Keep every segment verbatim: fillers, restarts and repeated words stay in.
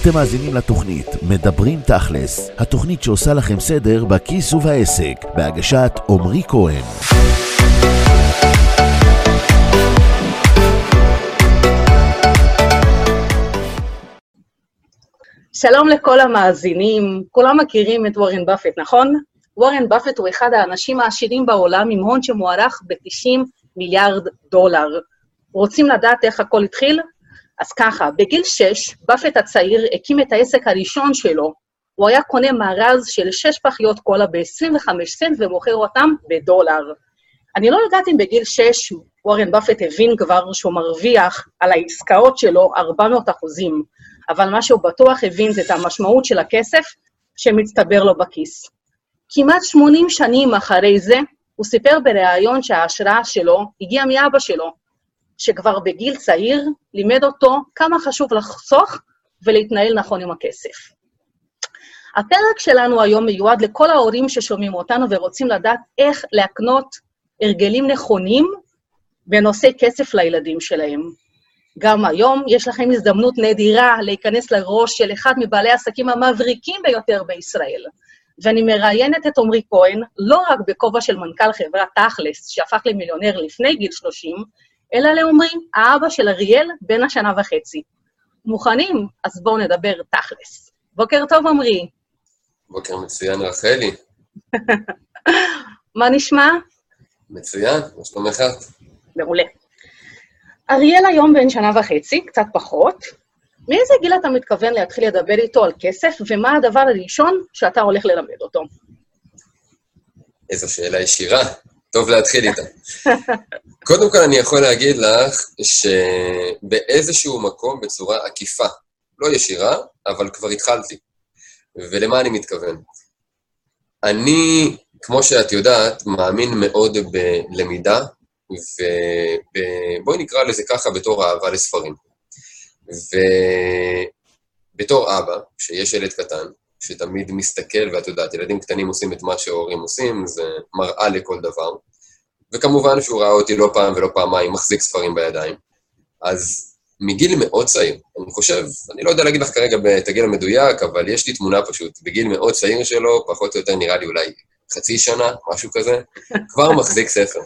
אתם מאזינים לתוכנית מדברים תכלס, התוכנית שעושה לכם סדר בכיס ובעסק, בהגשת עומרי כהן. שלום לכל המאזינים, כולם מכירים את וורן באפט, נכון? וורן באפט הוא אחד האנשים העשירים בעולם עם הון שמוערך ב-תשעים מיליארד דולר. רוצים לדעת איך הכל התחיל? אז ככה, בגיל שש, באפט הצעיר הקים את העסק הראשון שלו. הוא היה קונה מארז של שש פחיות קולה ב-עשרים וחמישה סנט ומוכר אותם בדולר. אני לא יודעת אם בגיל שש וורן באפט הבין כבר שהוא מרוויח על העסקאות שלו ארבע מאות אחוזים, אבל מה שהוא בטוח הבין זה את המשמעות של הכסף שמצטבר לו בכיס. כמעט שמונים שנים אחרי זה, הוא סיפר בריאיון שההשראה שלו הגיעה מאבא שלו, שכבר בגיל צעיר לימד אותו כמה חשוב לחסוך ולהתנהל נכון עם הכסף. הפרק שלנו היום מיועד לכל ההורים ששומעים אותנו ורוצים לדעת איך להקנות הרגלים נכונים בנושא כסף לילדים שלהם. גם היום יש לכם הזדמנות נדירה להיכנס לראש של אחד מבעלי העסקים המבריקים ביותר בישראל. ואני מראיינת את עומרי כהן לא רק בכובע של מנכ"ל חברת תכלס שהפך למיליונר לפני גיל שלושים, אלא לעומרי, האבא של אריאל, בן השנה וחצי. מוכנים? אז בואו נדבר תכלס. בוקר טוב, עומרי. בוקר מצוין, רחלי. מה נשמע? מצוין, מה שלומך? מעולה. אריאל היום בן שנה וחצי, קצת פחות. מאיזה גיל אתה מתכוון להתחיל לדבר איתו על כסף, ומה הדבר הראשון שאתה הולך ללמד אותו? איזו שאלה ישירה. טוב להתחיל איתה. קודם כל אני יכול להגיד לך שבאיזשהו מקום בצורה עקיפה, לא ישירה, אבל כבר התחלתי. ולמה אני מתכוון? אני, כמו שאת יודעת, מאמין מאוד בלמידה, ובואי נקרא לזה ככה בתור אהבה לספרים. ובתור אבא, שיש ילד קטן, שתמיד מסתכל, ואת יודעת, ילדים קטנים עושים את מה שההורים עושים, זה מראה לכל דבר. וכמובן שהוא ראה אותי לא פעם ולא פעמיים, מחזיק ספרים בידיים. אז מגיל מאוד צעיר, אני חושב, אני לא יודע להגיד לך כרגע את הגיל המדויק, אבל יש לי תמונה פשוט, בגיל מאוד צעיר שלו, פחות או יותר נראה לי אולי חצי שנה, משהו כזה, כבר מחזיק ספר.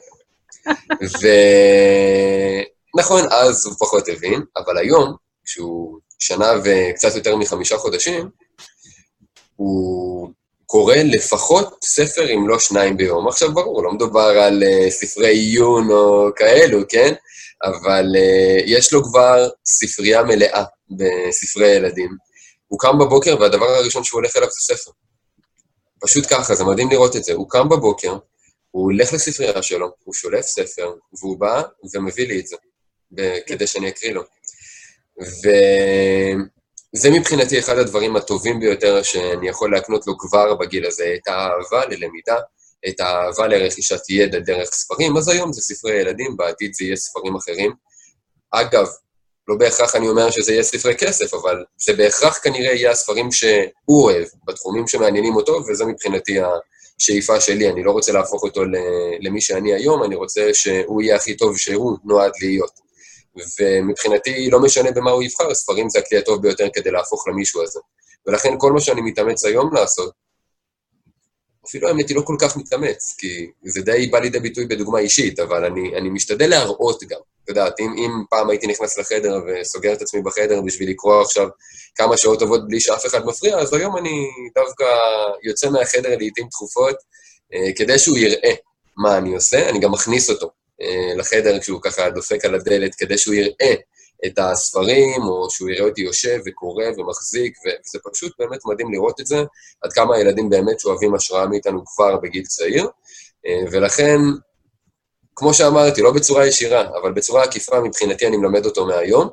ונכון, אז הוא פחות הבין, אבל היום, כשהוא שנה וקצת יותר מחמישה חודשים, הוא קורא לפחות ספר אם לא שניים ביום. עכשיו ברור, לא מדובר על uh, ספרי עיון או כאלו, כן? אבל uh, יש לו כבר ספרייה מלאה בספרי ילדים. הוא קם בבוקר והדבר הראשון שהוא הולך אליו זה ספר. פשוט ככה, זה מדהים לראות את זה. הוא קם בבוקר, הוא הולך לספרייה שלו, הוא שולף ספר, והוא בא ומביא לי את זה, כדי שאני אקריא לו. ו... זה מבחינתי אחד הדברים הטובים ביותר שאני יכול להקנות לו כבר בגיל הזה, את האהבה ללמידה, את האהבה לרכישת ידע דרך ספרים, אז היום זה ספרי ילדים, בעתיד זה יהיה ספרים אחרים. אגב, לא בהכרח אני אומר שזה יהיה ספרי כסף, אבל זה בהכרח כנראה יהיה הספרים שהוא אוהב, בתחומים שמעניינים אותו, וזה מבחינתי השאיפה שלי, אני לא רוצה להפוך אותו למי שאני היום, אני רוצה שהוא יהיה הכי טוב שהוא נועד להיות. ומבחינתי לא משנה במה הוא יבחר, ספרים זה הכלי הטוב ביותר כדי להפוך למישהו הזה. ולכן כל מה שאני מתאמץ היום לעשות, אפילו האמת היא לא כל כך מתאמץ, כי זה די בא לידי ביטוי בדוגמה אישית, אבל אני, אני משתדל להראות גם. אתה יודעת, אם, אם פעם הייתי נכנס לחדר וסוגר את עצמי בחדר בשביל לקרוא עכשיו כמה שעות טובות בלי שאף אחד מפריע, אז היום אני דווקא יוצא מהחדר לעתים תכופות, אה, כדי שהוא יראה מה אני עושה, אני גם מכניס אותו. לחדר כשהוא ככה דופק על הדלת, כדי שהוא יראה את הספרים, או שהוא יראה אותי יושב וקורא ומחזיק, וזה פשוט באמת מדהים לראות את זה, עד כמה הילדים באמת שואבים השראה מאיתנו כבר בגיל צעיר, ולכן, כמו שאמרתי, לא בצורה ישירה, אבל בצורה עקיפה מבחינתי אני מלמד אותו מהיום,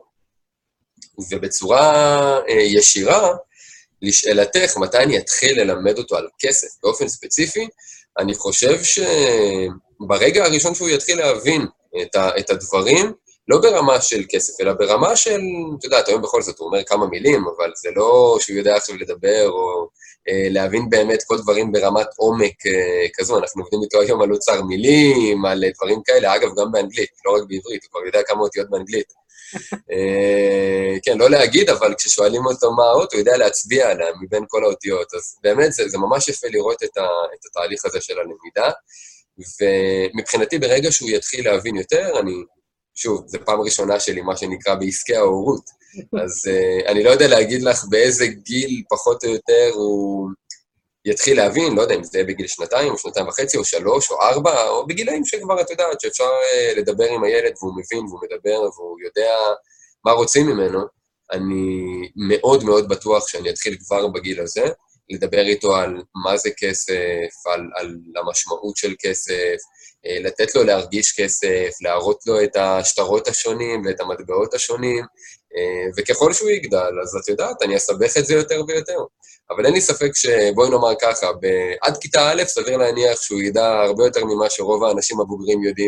ובצורה ישירה, לשאלתך, מתי אני אתחיל ללמד אותו על כסף באופן ספציפי, אני חושב שברגע הראשון שהוא יתחיל להבין את, ה, את הדברים, לא ברמה של כסף, אלא ברמה של, אתה יודעת, היום בכל זאת הוא אומר כמה מילים, אבל זה לא שהוא יודע עכשיו לדבר, או אה, להבין באמת כל דברים ברמת עומק אה, כזו. אנחנו עובדים איתו היום על אוצר מילים, על דברים כאלה, אגב, גם באנגלית, לא רק בעברית, הוא כבר יודע כמה אותיות באנגלית. כן, לא להגיד, אבל כששואלים אותו מה האות, הוא יודע להצביע עליה מבין כל האותיות. אז באמת זה, זה ממש יפה לראות את, ה, את התהליך הזה של הלמידה, ומבחינתי ברגע שהוא יתחיל להבין יותר, אני, שוב, זו פעם ראשונה שלי, מה שנקרא בעסקי ההורות, אז אני לא יודע להגיד לך באיזה גיל פחות או יותר הוא יתחיל להבין, לא יודע אם זה בגיל שנתיים או שנתיים וחצי או שלוש או ארבע, או בגילאים שכבר את יודעת שאפשר לדבר עם הילד והוא מבין והוא מדבר והוא יודע מה רוצים ממנו, אני מאוד מאוד בטוח שאני אתחיל כבר בגיל הזה, לדבר איתו על מה זה כסף, על, על המשמעות של כסף, לתת לו להרגיש כסף, להראות לו את השטרות השונים ואת המטבעות השונים, וככל שהוא יגדל, אז את יודעת, אני אסבך את זה יותר ויותר. אבל אין לי ספק שבואי נאמר ככה, עד כיתה א' סביר להניח שהוא ידע הרבה יותר ממה שרוב האנשים הבוגרים יודעים.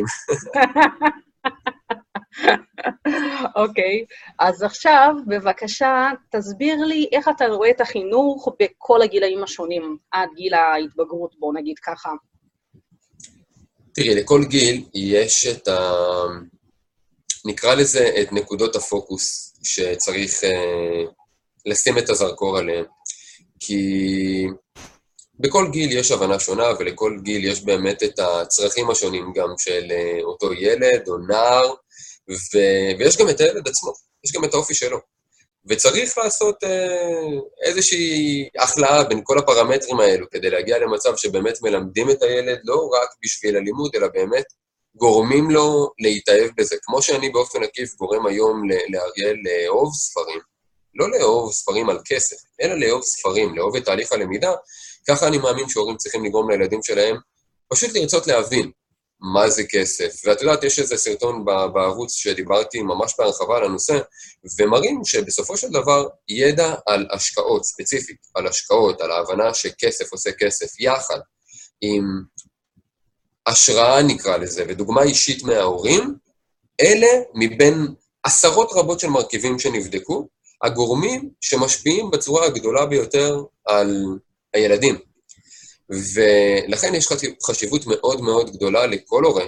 אוקיי, אז עכשיו בבקשה תסביר לי איך אתה רואה את החינוך בכל הגילאים השונים, עד גיל ההתבגרות, בוא נגיד ככה. תראי, לכל גיל יש את ה... נקרא לזה את נקודות הפוקוס שצריך אה, לשים את הזרקור עליהם. כי בכל גיל יש הבנה שונה, ולכל גיל יש באמת את הצרכים השונים גם של אה, אותו ילד או נער, ו... ויש גם את הילד עצמו, יש גם את האופי שלו. וצריך לעשות אה, איזושהי החלאה בין כל הפרמטרים האלו, כדי להגיע למצב שבאמת מלמדים את הילד, לא רק בשביל הלימוד, אלא באמת גורמים לו להתאהב בזה. כמו שאני באופן עקיף גורם היום לאריאל לאהוב ספרים, לא לאהוב ספרים על כסף, אלא לאהוב ספרים, לאהוב את תהליך הלמידה, ככה אני מאמין שהורים צריכים לגרום לילדים שלהם, פשוט לרצות להבין מה זה כסף. ואת יודעת, יש איזה סרטון בערוץ שדיברתי ממש בהרחבה על הנושא, ומראים שבסופו של דבר ידע על השקעות ספציפית, על השקעות, על ההבנה שכסף עושה כסף, יחד עם השראה נקרא לזה, ודוגמה אישית מההורים, אלה מבין עשרות רבות של מרכיבים שנבדקו, הגורמים שמשפיעים בצורה הגדולה ביותר על הילדים. ולכן יש חשיבות מאוד מאוד גדולה לכל הורה,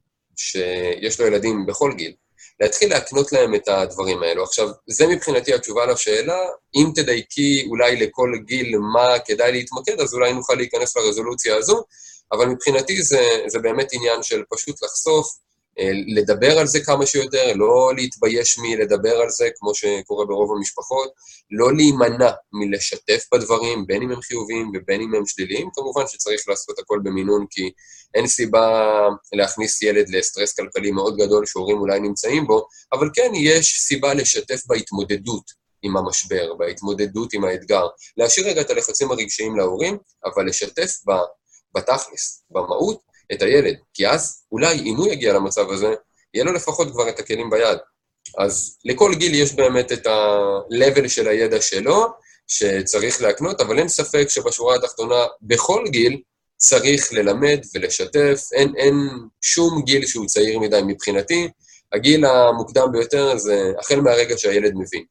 שיש לו ילדים בכל גיל, להתחיל להקנות להם את הדברים האלו. עכשיו, זה מבחינתי התשובה לשאלה, אם תדייקי אולי לכל גיל מה כדאי להתמקד, אז אולי נוכל להיכנס לרזולוציה הזו, אבל מבחינתי זה, זה באמת עניין של פשוט לחשוף, לדבר על זה כמה שיותר, לא להתבייש מלדבר על זה, כמו שקורה ברוב המשפחות, לא להימנע מלשתף בדברים, בין אם הם חיוביים ובין אם הם שליליים, כמובן שצריך לעשות הכל במינון, כי אין סיבה להכניס ילד לסטרס כלכלי מאוד גדול שהורים אולי נמצאים בו, אבל כן יש סיבה לשתף בהתמודדות עם המשבר, בהתמודדות עם האתגר, להשאיר רגע את הלחצים הרגשיים להורים, אבל לשתף בתכלס, במהות, את הילד, כי אז אולי אם הוא יגיע למצב הזה, יהיה לו לפחות כבר את הכלים ביד. אז לכל גיל יש באמת את ה-level של הידע שלו, שצריך להקנות, אבל אין ספק שבשורה התחתונה, בכל גיל צריך ללמד ולשתף, אין, אין שום גיל שהוא צעיר מדי מבחינתי, הגיל המוקדם ביותר זה החל מהרגע שהילד מבין.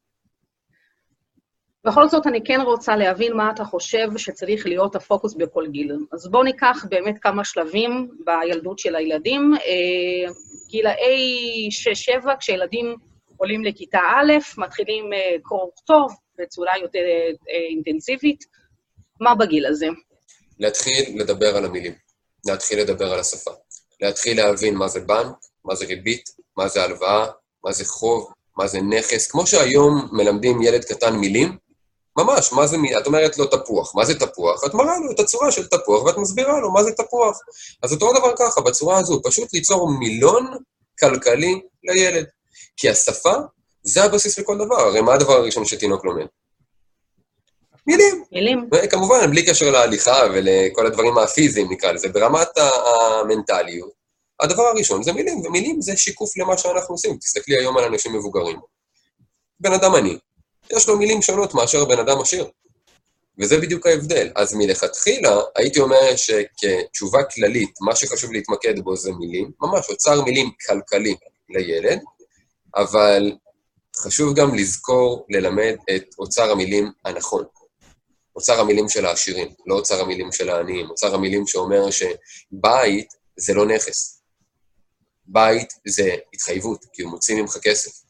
בכל זאת, אני כן רוצה להבין מה אתה חושב שצריך להיות הפוקוס בכל גיל. אז בואו ניקח באמת כמה שלבים בילדות של הילדים. גילאי שש שבע, כשילדים עולים לכיתה א', מתחילים קרוא טוב בצורה יותר אינטנסיבית. מה בגיל הזה? להתחיל לדבר על המילים, להתחיל לדבר על השפה, להתחיל להבין מה זה בנק, מה זה ריבית, מה זה הלוואה, מה זה חוב, מה זה נכס. כמו שהיום מלמדים ילד קטן מילים, ממש, מה זה, את אומרת לו תפוח, מה זה תפוח? את מראה לו את הצורה של תפוח, ואת מסבירה לו מה זה תפוח. אז אותו דבר ככה, בצורה הזו, פשוט ליצור מילון כלכלי לילד. כי השפה, זה הבסיס לכל דבר. הרי מה הדבר הראשון שתינוק לומד? מילים. מילים. וכמובן, בלי קשר להליכה ולכל הדברים הפיזיים, נקרא לזה, ברמת המנטליות, הדבר הראשון זה מילים, ומילים זה שיקוף למה שאנחנו עושים. תסתכלי היום על אנשים מבוגרים. בן אדם עני. יש לו מילים שונות מאשר בן אדם עשיר. וזה בדיוק ההבדל. אז מלכתחילה, הייתי אומר שכתשובה כללית, מה שחשוב להתמקד בו זה מילים, ממש אוצר מילים כלכלי לילד, אבל חשוב גם לזכור ללמד את אוצר המילים הנכון. אוצר המילים של העשירים, לא אוצר המילים של העניים. אוצר המילים שאומר שבית זה לא נכס. בית זה התחייבות, כי הוא מוציא ממך כסף.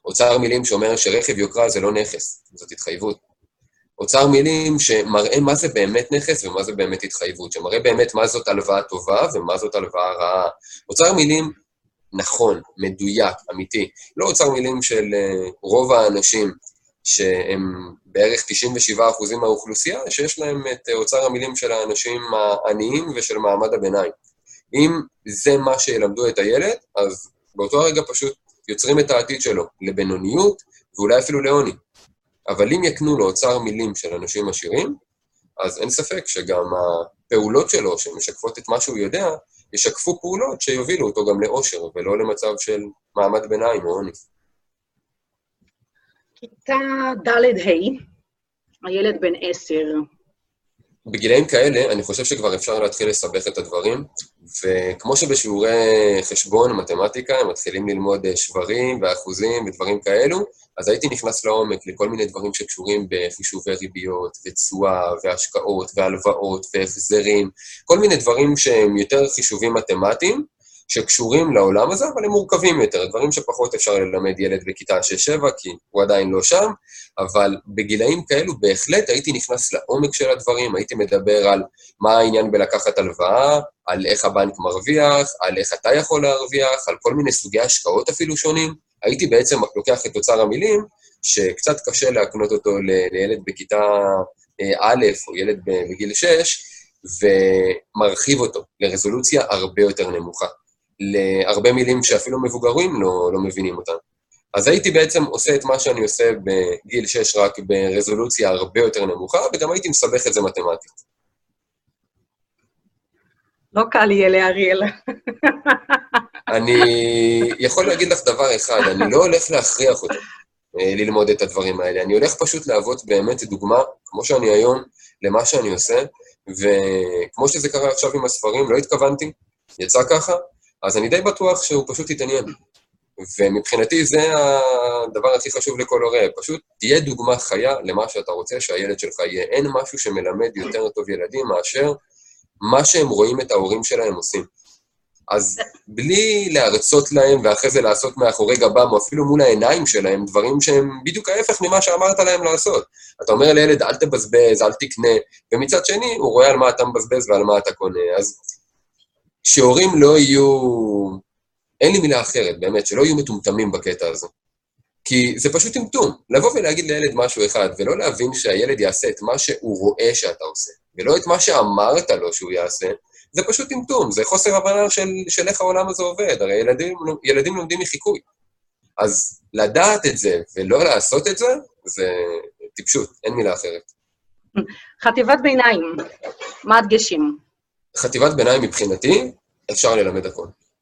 אוצר מילים שאומר שרכב יוקרה זה לא נכס, זאת התחייבות. אוצר מילים שמראה מה זה באמת נכס ומה זה באמת התחייבות, שמראה באמת מה זאת הלוואה טובה ומה זאת הלוואה רעה. אוצר מילים נכון, מדויק, אמיתי. לא אוצר מילים של רוב האנשים שהם בערך תשעים ושבעה אחוז מהאוכלוסייה, שיש להם את אוצר המילים של האנשים העניים ושל מעמד הביניים. אם זה מה שילמדו את הילד, אז באותו הרגע פשוט יוצרים את העתיד שלו לבינוניות ואולי אפילו לעוני. אבל אם יקנו לו אוצר מילים של אנשים עשירים, אז אין ספק שגם הפעולות שלו, שמשקפות את מה שהוא יודע, ישקפו פעולות שיובילו אותו גם לאושר, ולא למצב של מעמד ביניים או עוני. כיתה ד' ה', הילד בן עשר. בגילאים כאלה, אני חושב שכבר אפשר להתחיל לסבך את הדברים, וכמו שבשיעורי חשבון, מתמטיקה, הם מתחילים ללמוד שברים ואחוזים ודברים כאלו, אז הייתי נכנס לעומק לכל מיני דברים שקשורים בחישובי ריביות ותשואה והשקעות והלוואות והחזרים, כל מיני דברים שהם יותר חישובים מתמטיים, שקשורים לעולם הזה, אבל הם מורכבים יותר, דברים שפחות אפשר ללמד ילד בכיתה שש שבע, כי הוא עדיין לא שם, אבל בגילאים כאלו בהחלט הייתי נכנס לעומק של הדברים, הייתי מדבר על מה העניין בלקחת הלוואה, על איך הבנק מרוויח, על איך אתה יכול להרוויח, על כל מיני סוגי השקעות אפילו שונים, הייתי בעצם לוקח את אוצר המילים, שקצת קשה להקנות אותו לילד בכיתה א' או ילד בגיל שש, ומרחיב אותו לרזולוציה הרבה יותר נמוכה. להרבה מילים שאפילו מבוגרים לא, לא מבינים אותם. אז הייתי בעצם עושה את מה שאני עושה בגיל שש, רק ברזולוציה הרבה יותר נמוכה, וגם הייתי מסבך את זה מתמטית. לא קל יהיה לאריאל. אני יכול להגיד לך דבר אחד, אני לא הולך להכריח אותו ללמוד את הדברים האלה, אני הולך פשוט להוות באמת דוגמה, כמו שאני היום, למה שאני עושה, וכמו שזה קרה עכשיו עם הספרים, לא התכוונתי, יצא ככה, אז אני די בטוח שהוא פשוט יתעניין. ומבחינתי זה הדבר הכי חשוב לכל הורה, פשוט תהיה דוגמה חיה למה שאתה רוצה שהילד שלך יהיה. אין משהו שמלמד יותר טוב ילדים מאשר מה שהם רואים את ההורים שלהם עושים. אז בלי להרצות להם ואחרי זה לעשות מאחורי גבם, או אפילו מול העיניים שלהם, דברים שהם בדיוק ההפך ממה שאמרת להם לעשות. אתה אומר לילד, אל תבזבז, אל תקנה, ומצד שני הוא רואה על מה אתה מבזבז ועל מה אתה קונה. אז שהורים לא יהיו, אין לי מילה אחרת, באמת, שלא יהיו מטומטמים בקטע הזה. כי זה פשוט טמטום, לבוא ולהגיד לילד משהו אחד, ולא להבין שהילד יעשה את מה שהוא רואה שאתה עושה, ולא את מה שאמרת לו שהוא יעשה, זה פשוט טמטום, זה חוסר הבנה של, של איך העולם הזה עובד, הרי ילדים, ילדים לומדים מחיקוי. אז לדעת את זה ולא לעשות את זה, זה טיפשות, אין מילה אחרת. חטיבת ביניים, מה הדגשים? חטיבת ביניים מבחינתי, אפשר ללמד הכל.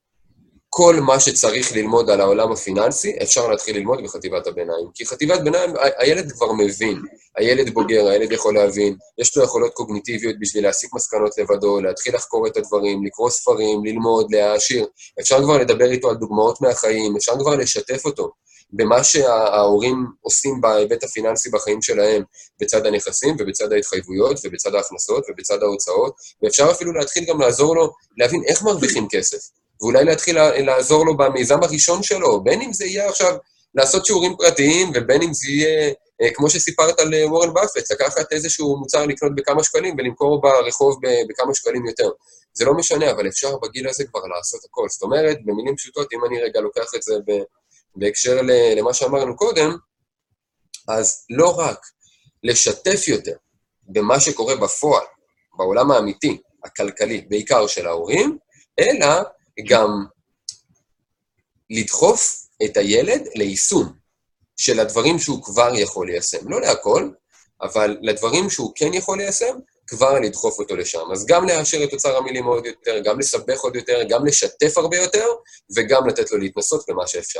כל מה שצריך ללמוד על העולם הפיננסי, אפשר להתחיל ללמוד בחטיבת הביניים. כי חטיבת ביניים, הילד כבר מבין, הילד בוגר, הילד יכול להבין, יש לו יכולות קוגניטיביות בשביל להסיק מסקנות לבדו, להתחיל לחקור את הדברים, לקרוא ספרים, ללמוד, להעשיר. אפשר כבר לדבר איתו על דוגמאות מהחיים, אפשר כבר לשתף אותו במה שההורים עושים בהיבט הפיננסי בחיים שלהם, בצד הנכסים ובצד ההתחייבויות ובצד ההכנסות ובצד ההוצאות, ואפשר אפילו להתחיל גם לעזור לו להבין איך מרוויחים כסף. ואולי להתחיל לעזור לו במיזם הראשון שלו, בין אם זה יהיה עכשיו לעשות שיעורים פרטיים, ובין אם זה יהיה, כמו שסיפרת על וורן באפט, לקחת איזשהו מוצר לקנות בכמה שקלים, ולמכור ברחוב בכמה שקלים יותר. זה לא משנה, אבל אפשר בגיל הזה כבר לעשות הכל. זאת אומרת, במילים פשוטות, אם אני רגע לוקח את זה בהקשר למה שאמרנו קודם, אז לא רק לשתף יותר במה שקורה בפועל, בעולם האמיתי, הכלכלי, בעיקר של ההורים, אלא גם לדחוף את הילד ליישום של הדברים שהוא כבר יכול ליישם. לא להכל, אבל לדברים שהוא כן יכול ליישם, כבר לדחוף אותו לשם. אז גם להשאיר את אוצר המילים עוד יותר, גם לסבך עוד יותר, גם לשתף הרבה יותר, וגם לתת לו להתנסות במה שאפשר.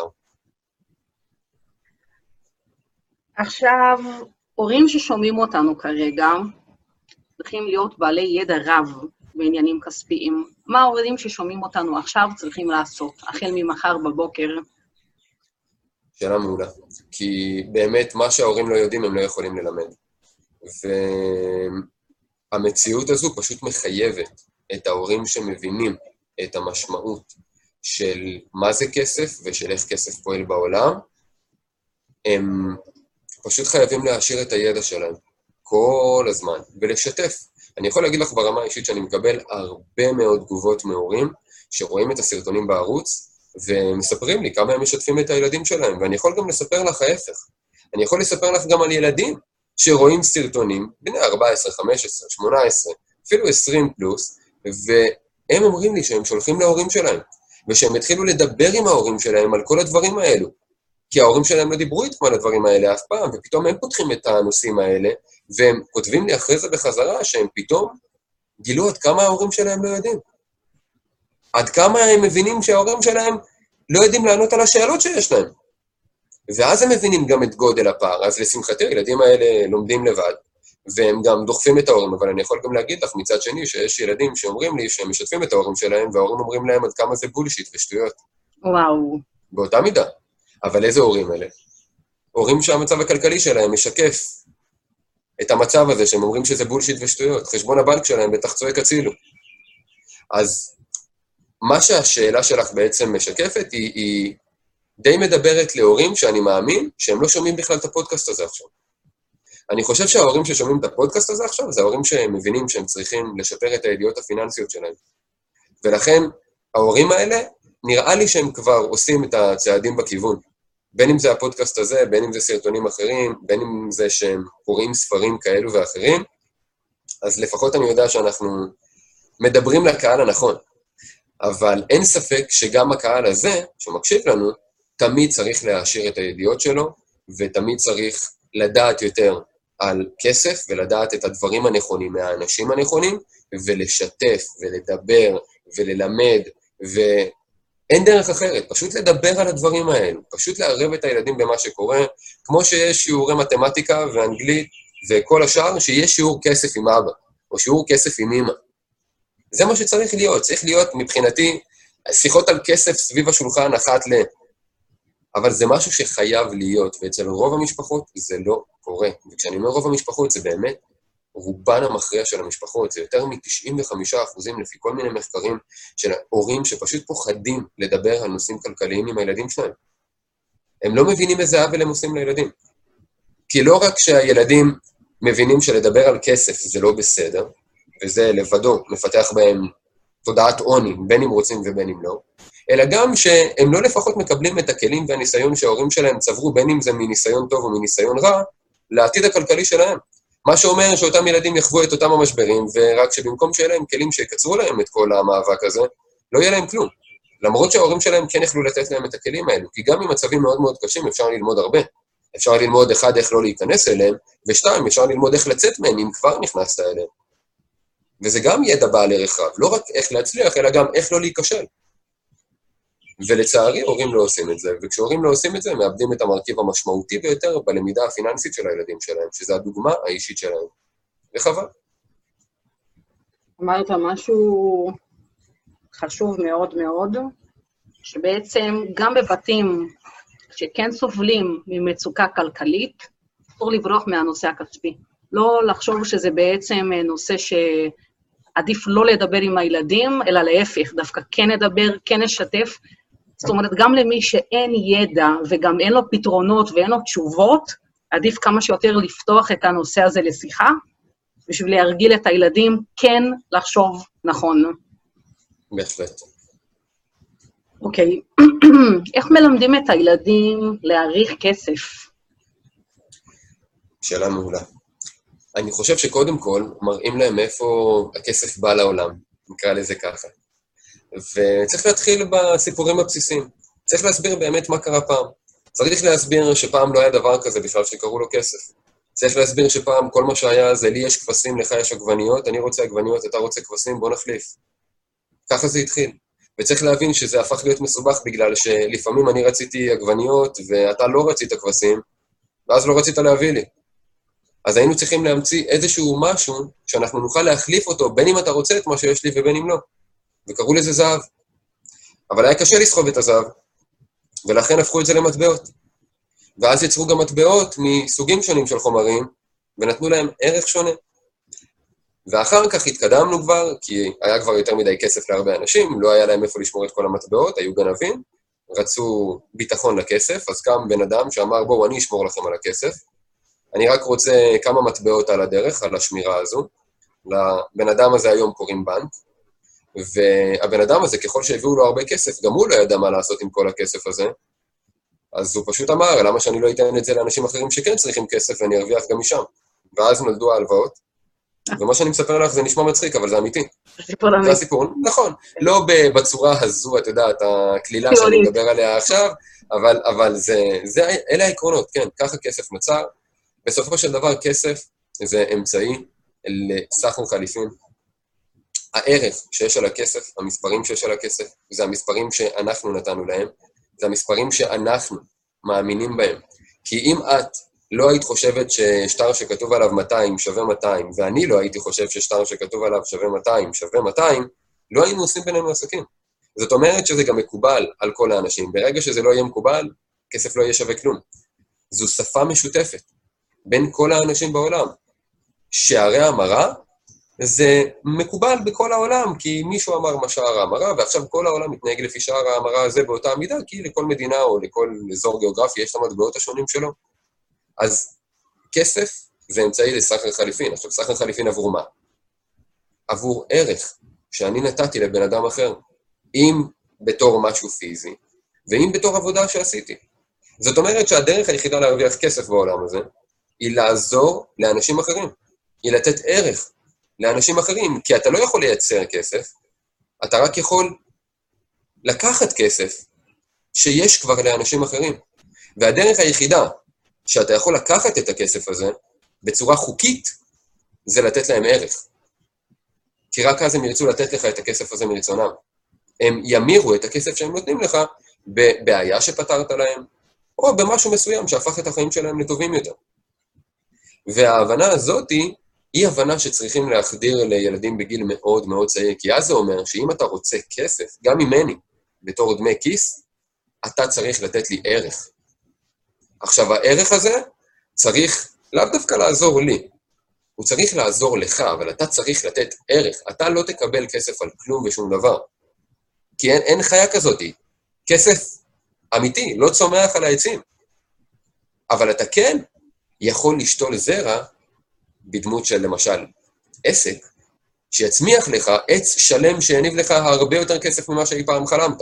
עכשיו, הורים ששומעים אותנו כרגע, צריכים להיות בעלי ידע רב בעניינים כספיים. מה ההורים ששומעים אותנו עכשיו צריכים לעשות, החל ממחר בבוקר? שאלה מעולה. כי באמת מה שההורים לא יודעים הם לא יכולים ללמד. והמציאות הזו פשוט מחייבת את ההורים שמבינים את המשמעות של מה זה כסף ושל איך כסף פועל בעולם, הם פשוט חייבים להעשיר את הידע שלהם כל הזמן, ולשתף. אני יכול להגיד לך ברמה האישית שאני מקבל הרבה מאוד תגובות מהורים, שרואים את הסרטונים בערוץ, ומספרים לי כמה הם משתפים את הילדים שלהם, ואני יכול גם לספר לך ההפך. אני יכול לספר לך גם על ילדים שרואים סרטונים, בני ארבע עשרה, חמש עשרה, שמונה עשרה, אפילו עשרים פלוס, והם אומרים לי שהם שולחים להורים שלהם, ושהם התחילו לדבר עם ההורים שלהם על כל הדברים האלו, כי ההורים שלהם לא דיברו איתם על הדברים האלה אף פעם, ופתאום הם פותחים את הנושאים האלה, והם כותבים לי אחרי זה בחזרה שהם פתאום גילו עד כמה ההורים שלהם לא יודעים. עד כמה הם מבינים שההורים שלהם לא יודעים לענות על השאלות שיש להם. ואז הם מבינים גם את גודל הפער. אז לשמחתי, הילדים האלה לומדים לבד, והם גם דוחפים את ההורים, אבל אני יכול גם להגיד לך מצד שני שיש ילדים שאומרים לי שהם משתפים את ההורים שלהם, וההורים אומרים להם עד כמה זה בולשיט ושטויות. וואו. באותה מידה. אבל איזה הורים אלה? הורים שהמצב הכלכלי שלהם משקף את המצב הזה, שהם אומרים שזה בולשיט ושטויות. חשבון הבנק שלהם בטח צועק הצילו. אז מה שהשאלה שלך בעצם משקפת היא, היא די מדברת להורים שאני מאמין שהם לא שומעים בכלל את הפודקאסט הזה עכשיו. אני חושב שההורים ששומעים את הפודקאסט הזה עכשיו, זה ההורים שהם מבינים שהם צריכים לשפר את הידיעות הפיננסיות שלהם. ולכן ההורים האלה, נראה לי שהם כבר עושים את הצעדים בכיוון. בין אם זה הפודקאסט הזה, בין אם זה סרטונים אחרים, בין אם זה שהם קוראים ספרים כאלו ואחרים, אז לפחות אני יודע שאנחנו מדברים לקהל הנכון. אבל אין ספק שגם הקהל הזה, שמקשיב לנו, תמיד צריך להעשיר את הידיעות שלו, ותמיד צריך לדעת יותר על כסף, ולדעת את הדברים הנכונים מהאנשים הנכונים, ולשתף, ולדבר, וללמד, ואין דרך אחרת, פשוט לדבר על הדברים האלו, פשוט לערב את הילדים במה שקורה, כמו שיש שיעורי מתמטיקה ואנגלית, וכל השאר, שיש שיעור כסף עם אבא, או שיעור כסף עם אמא. זה מה שצריך להיות, צריך להיות מבחינתי, שיחות על כסף סביב השולחן אחת ל... אבל זה משהו שחייב להיות, ואצל רוב המשפחות זה לא קורה. וכשאני אומר רוב המשפחות, זה באמת רובן המכריע של המשפחות, זה יותר מ-תשעים וחמישה אחוזים לפי כל מיני מחקרים של הורים שפשוט פוחדים לדבר על נושאים כלכליים עם הילדים שלהם. הם לא מבינים איזה עוול הם עושים לילדים. כי לא רק שהילדים מבינים שלדבר על כסף זה לא בסדר, וזה לבדו מפתח בהם תודעת עוני, בין אם רוצים ובין אם לא, אלא גם שהם לא לפחות מקבלים את הכלים והניסיון שההורים שלהם צברו, בין אם זה מניסיון טוב או מניסיון רע, לעתיד הכלכלי שלהם. מה שאומר שאותם ילדים יחוו את אותם המשברים, ורק שבמקום שיהיה להם כלים שיקצרו להם את כל המאבק הזה, לא יהיה להם כלום. למרות שההורים שלהם כן יכלו לתת להם את הכלים האלו, כי גם במצבים מאוד מאוד קשים אפשר ללמוד הרבה. אפשר ללמוד אחד איך לא להיכנס אליהם, ושתיים, אפשר ללמוד איך לצאת מהם אם כבר נכנסת אליהם. וזה גם ידע בעל ערך רב, לא רק איך להצליח, אלא גם איך לא להיכשל. ולצערי, הורים לא עושים את זה, וכשהורים לא עושים את זה, הם מאבדים את המרכיב המשמעותי ביותר בלמידה הפיננסית של הילדים שלהם, שזה הדוגמה האישית שלהם. וחבל. אמרת משהו חשוב מאוד מאוד, שבעצם גם בבתים שכן סובלים ממצוקה כלכלית, אסור לברוח מהנושא הכספי. לא לחשוב שזה בעצם נושא שעדיף לא לדבר עם הילדים, אלא להפך, דווקא כן לדבר, כן לשתף. זאת אומרת, גם למי שאין ידע וגם אין לו פתרונות ואין לו תשובות, עדיף כמה שיותר לפתוח את הנושא הזה לשיחה, בשביל להרגיל את הילדים כן לחשוב נכון. בהחלט. אוקיי, איך מלמדים את הילדים להעריך כסף? שאלה מעולה. אני חושב שקודם כל מראים להם איפה הכסף בא לעולם, נקרא לזה ככה. וצריך להתחיל בסיפורים הבסיסיים. צריך להסביר באמת מה קרה פעם. צריך להסביר שפעם לא היה דבר כזה בכלל שקראו לו כסף. צריך להסביר שפעם כל מה שהיה זה לי יש כבשים, לך יש עגבניות, אני רוצה עגבניות, אתה רוצה כבשים, בוא נחליף. ככה זה התחיל. וצריך להבין שזה הפך להיות מסובך בגלל שלפעמים אני רציתי עגבניות ואתה לא רצית כבשים, ואז לא רצית להביא לי. אז היינו צריכים להמציא איזשהו משהו שאנחנו נוכל להחליף אותו, בין אם אתה רוצה את מה שיש לי ובין אם לא. וקראו לזה זהב. אבל היה קשה לסחוב את הזהב, ולכן הפכו את זה למטבעות. ואז יצרו גם מטבעות מסוגים שונים של חומרים, ונתנו להם ערך שונה. ואחר כך התקדמנו כבר, כי היה כבר יותר מדי כסף להרבה אנשים, לא היה להם איפה לשמור את כל המטבעות, היו גנבים, רצו ביטחון לכסף, אז קם בן אדם שאמר, בואו, אני אשמור לכם על הכסף, אני רק רוצה כמה מטבעות על הדרך, על השמירה הזו, לבן אדם הזה היום קוראים בנק, והבן אדם הזה, ככל שהביאו לו הרבה כסף, גם הוא לא ידע מה לעשות עם כל הכסף הזה, אז הוא פשוט אמר, למה שאני לא אתן את זה לאנשים אחרים שכן צריכים כסף, ואני ארוויח גם משם. ואז נולדו ההלוואות, ומה שאני מספר לך זה נשמע מצחיק, אבל זה אמיתי. זה הסיפור, נכון. לא בצורה הזו, אתה יודע, את הכלילה שאני מדבר עליה עכשיו, אבל, אבל זה, זה, אלה העקרונות, כן, ככה כסף נוצר. בסופו של דבר, כסף זה אמצעי לסחר חליפין. הערך שיש על הכסף, המספרים שיש על הכסף, זה המספרים שאנחנו נתנו להם, זה המספרים שאנחנו מאמינים בהם. כי אם את לא היית חושבת ששטר שכתוב עליו מאתיים שווה מאתיים, ואני לא הייתי חושב ששטר שכתוב עליו שווה מאתיים שווה מאתיים, לא היינו עושים בינינו עסקים. זאת אומרת שזה גם מקובל על כל האנשים. ברגע שזה לא יהיה מקובל, כסף לא יהיה שווה כלום. זו שפה משותפת בין כל האנשים בעולם. שערי המרה זה מקובל בכל העולם, כי מישהו אמר מה שער ההמרה, ועכשיו כל העולם מתנהג לפי שער ההמרה הזה באותה מידה, כי לכל מדינה או לכל אזור גיאוגרפי יש את המטבעות השונים שלו. אז כסף זה אמצעי לסחר חליפין. עכשיו, סחר חליפין עבור מה? עבור ערך שאני נתתי לבן אדם אחר, אם בתור משהו פיזי, ואם בתור עבודה שעשיתי. זאת אומרת שהדרך היחידה להרוויח כסף בעולם הזה, היא לעזור לאנשים אחרים, היא לתת ערך לאנשים אחרים, כי אתה לא יכול לייצר כסף, אתה רק יכול לקחת כסף שיש כבר לאנשים אחרים. והדרך היחידה שאתה יכול לקחת את הכסף הזה בצורה חוקית, זה לתת להם ערך. כי רק אז הם ירצו לתת לך את הכסף הזה מרצונם. הם ימירו את הכסף שהם נותנים לך בבעיה שפתרת להם, או במשהו מסוים שהפך את החיים שלהם לטובים יותר. וההבנה הזאת היא, היא הבנה שצריכים להחדיר לילדים בגיל מאוד מאוד צעיר, כי אז זה אומר שאם אתה רוצה כסף, גם ממני, בתור דמי כיס, אתה צריך לתת לי ערך. עכשיו, הערך הזה צריך לאו דווקא לעזור לי, הוא צריך לעזור לך, אבל אתה צריך לתת ערך. אתה לא תקבל כסף על כלום ושום דבר, כי אין, אין חיה כזאת. כסף אמיתי, לא צומח על העצים. אבל אתה כן יכול לשתול זרע בדמות של למשל עסק, שיצמיח לך עץ שלם שיניב לך הרבה יותר כסף ממה שאי פעם חלמת.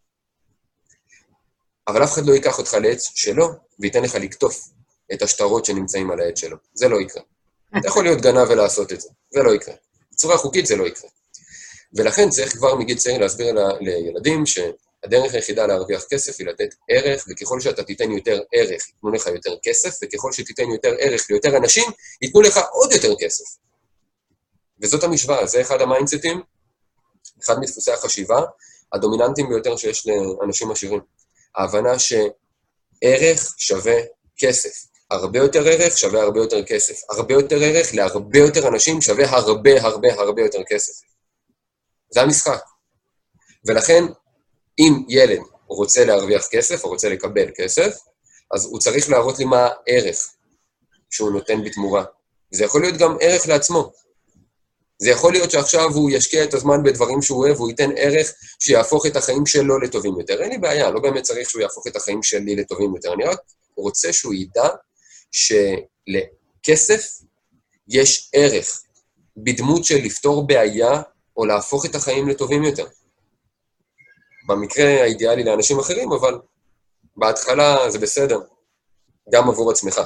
אבל אף אחד לא ייקח אותך לעץ שלו, וייתן לך לקטוף את השטרות שנמצאים על העץ שלו. זה לא יקרה. אתה יכול להיות גנב ולעשות את זה. זה לא יקרה. בצורה חוקית זה לא יקרה. ולכן צריך כבר מגיל צעיר להסביר ל- לילדים שהדרך היחידה להרוויח כסף היא לתת ערך, וככל שאתה תיתן יותר ערך, ייתנו לך יותר כסף, וככל שתיתן יותר ערך ליותר אנשים, ייתנו לך עוד יותר כסף. וזאת המשוואה, זה אחד המיינדסטים, אחד מדפוסי החשיבה, הדומיננטיים ביותר שיש לאנשים עשירים. ההבנה שערך שווה כסף. הרבה יותר ערך שווה הרבה יותר כסף. הרבה יותר ערך להרבה יותר אנשים שווה הרבה הרבה הרבה יותר כסף. זה המשחק. ולכן, אם ילד רוצה להרוויח כסף או רוצה לקבל כסף, אז הוא צריך להראות לי מה הערך שהוא נותן בתמורה. זה יכול להיות גם ערך לעצמו. זה יכול להיות שעכשיו הוא ישקיע את הזמן בדברים שהוא אוהב, הוא ייתן ערך שיהפוך את החיים שלו לטובים יותר. אין לי בעיה, לא באמת צריך שהוא יהפוך את החיים שלי לטובים יותר. אני רק רוצה שהוא ידע שלכסף יש ערך בדמות של לפתור בעיה או להפוך את החיים לטובים יותר. במקרה האידיאלי לאנשים אחרים, אבל בהתחלה זה בסדר, גם עבור עצמך.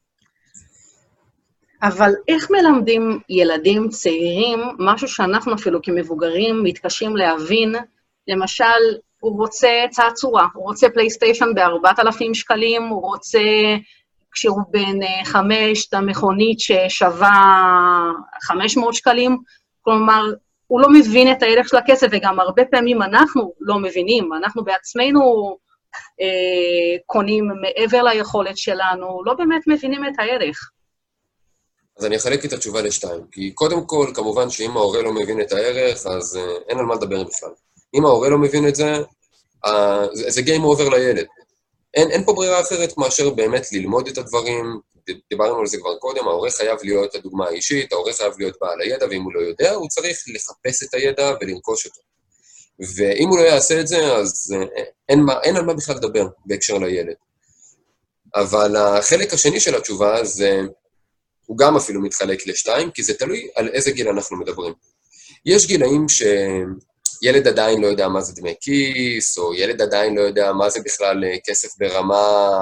אבל איך מלמדים ילדים צעירים, משהו שאנחנו אפילו כמבוגרים מתקשים להבין, למשל, הוא רוצה צעצוע, הוא רוצה פלייסטיישן ב-ארבעת אלפים שקלים, הוא רוצה, כשהוא בן חמש, את המכונית ששווה חמש מאות שקלים, כלומר, הוא לא מבין את הערך של הכסף, וגם הרבה פעמים אנחנו לא מבינים, אנחנו בעצמנו אה, קונים מעבר ליכולת שלנו, לא באמת מבינים את הערך. אז אני אחלק את התשובה לשתיים, כי קודם כל, כמובן שאם ההורה לא מבין את הערך, אז uh, אין על מה לדבר בכלל. אם ההורה לא מבין את זה, uh, זה, זה game over לילד. אין, אין פה ברירה אחרת מאשר באמת ללמוד את הדברים, דיברנו על זה כבר קודם, ההורה חייב להיות הדוגמה האישית, ההורה חייב להיות בעל הידע, ואם הוא לא יודע, הוא צריך לחפש את הידע ולרכוש אותו. ואם הוא לא יעשה את זה, אז אין, מה, אין על מה בכלל לדבר בהקשר לילד. אבל החלק השני של התשובה זה, הוא גם אפילו מתחלק לשתיים, כי זה תלוי על איזה גיל אנחנו מדברים. יש גילאים שילד עדיין לא יודע מה זה דמי כיס, או ילד עדיין לא יודע מה זה בכלל כסף ברמה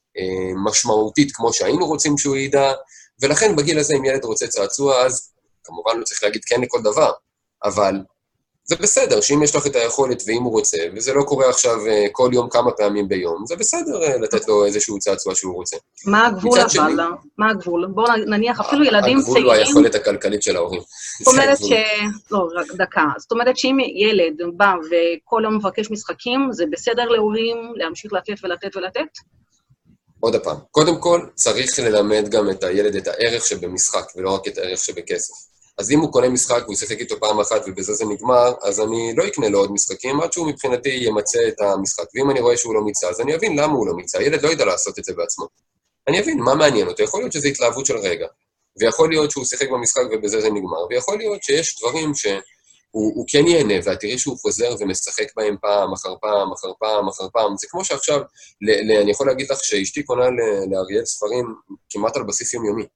משמעותית כמו שהיינו רוצים שהוא ידע, ולכן בגיל הזה אם ילד רוצה צעצוע, אז כמובן לא צריך להגיד כן לכל דבר, אבל זה בסדר שאם יש לך את היכולת ואם הוא רוצה, וזה לא קורה עכשיו כל יום כמה פעמים ביום, זה בסדר לתת לו איזשהו צעצוע שהוא רוצה. מה הגבול אבל? שני, מה הגבול? בואו נניח אפילו ילדים הגבול צעירים... הגבול הוא היכולת הכלכלית של ההורים. זאת אומרת ש... לא, רק דקה. זאת אומרת שאם ילד בא וכל יום מבקש משחקים, זה בסדר להורים להמשיך לתת ולתת ולתת? עוד הפעם. קודם כל, צריך ללמד גם את הילד את הערך שבמשחק, ולא רק את הערך שבכסף. אז אם הוא קונה משחק והוא ישחק איתו פעם אחת ובזה זה נגמר, אז אני לא אקנה לו עוד משחקים, עד שהוא מבחינתי ימצא את המשחק. ואם אני רואה שהוא לא מיצה, אז אני אבין למה הוא לא מיצה. ילד לא ידע לעשות את זה בעצמו. אני אבין מה מעניין אותו. יכול להיות שזה התלהבות של רגע, ויכול להיות שהוא שיחק במשחק ובזה זה נגמר, ויכול להיות שיש דברים שהוא הוא כן ייהנה, ואת תראי שהוא חוזר ומשחק בהם פעם אחר פעם, אחר פעם, אחר פעם. זה כמו שעכשיו, ל- ל- אני יכול להגיד לך שאשתי קונה ל- לאריאל ספרים כמעט על בסיס יומיומי.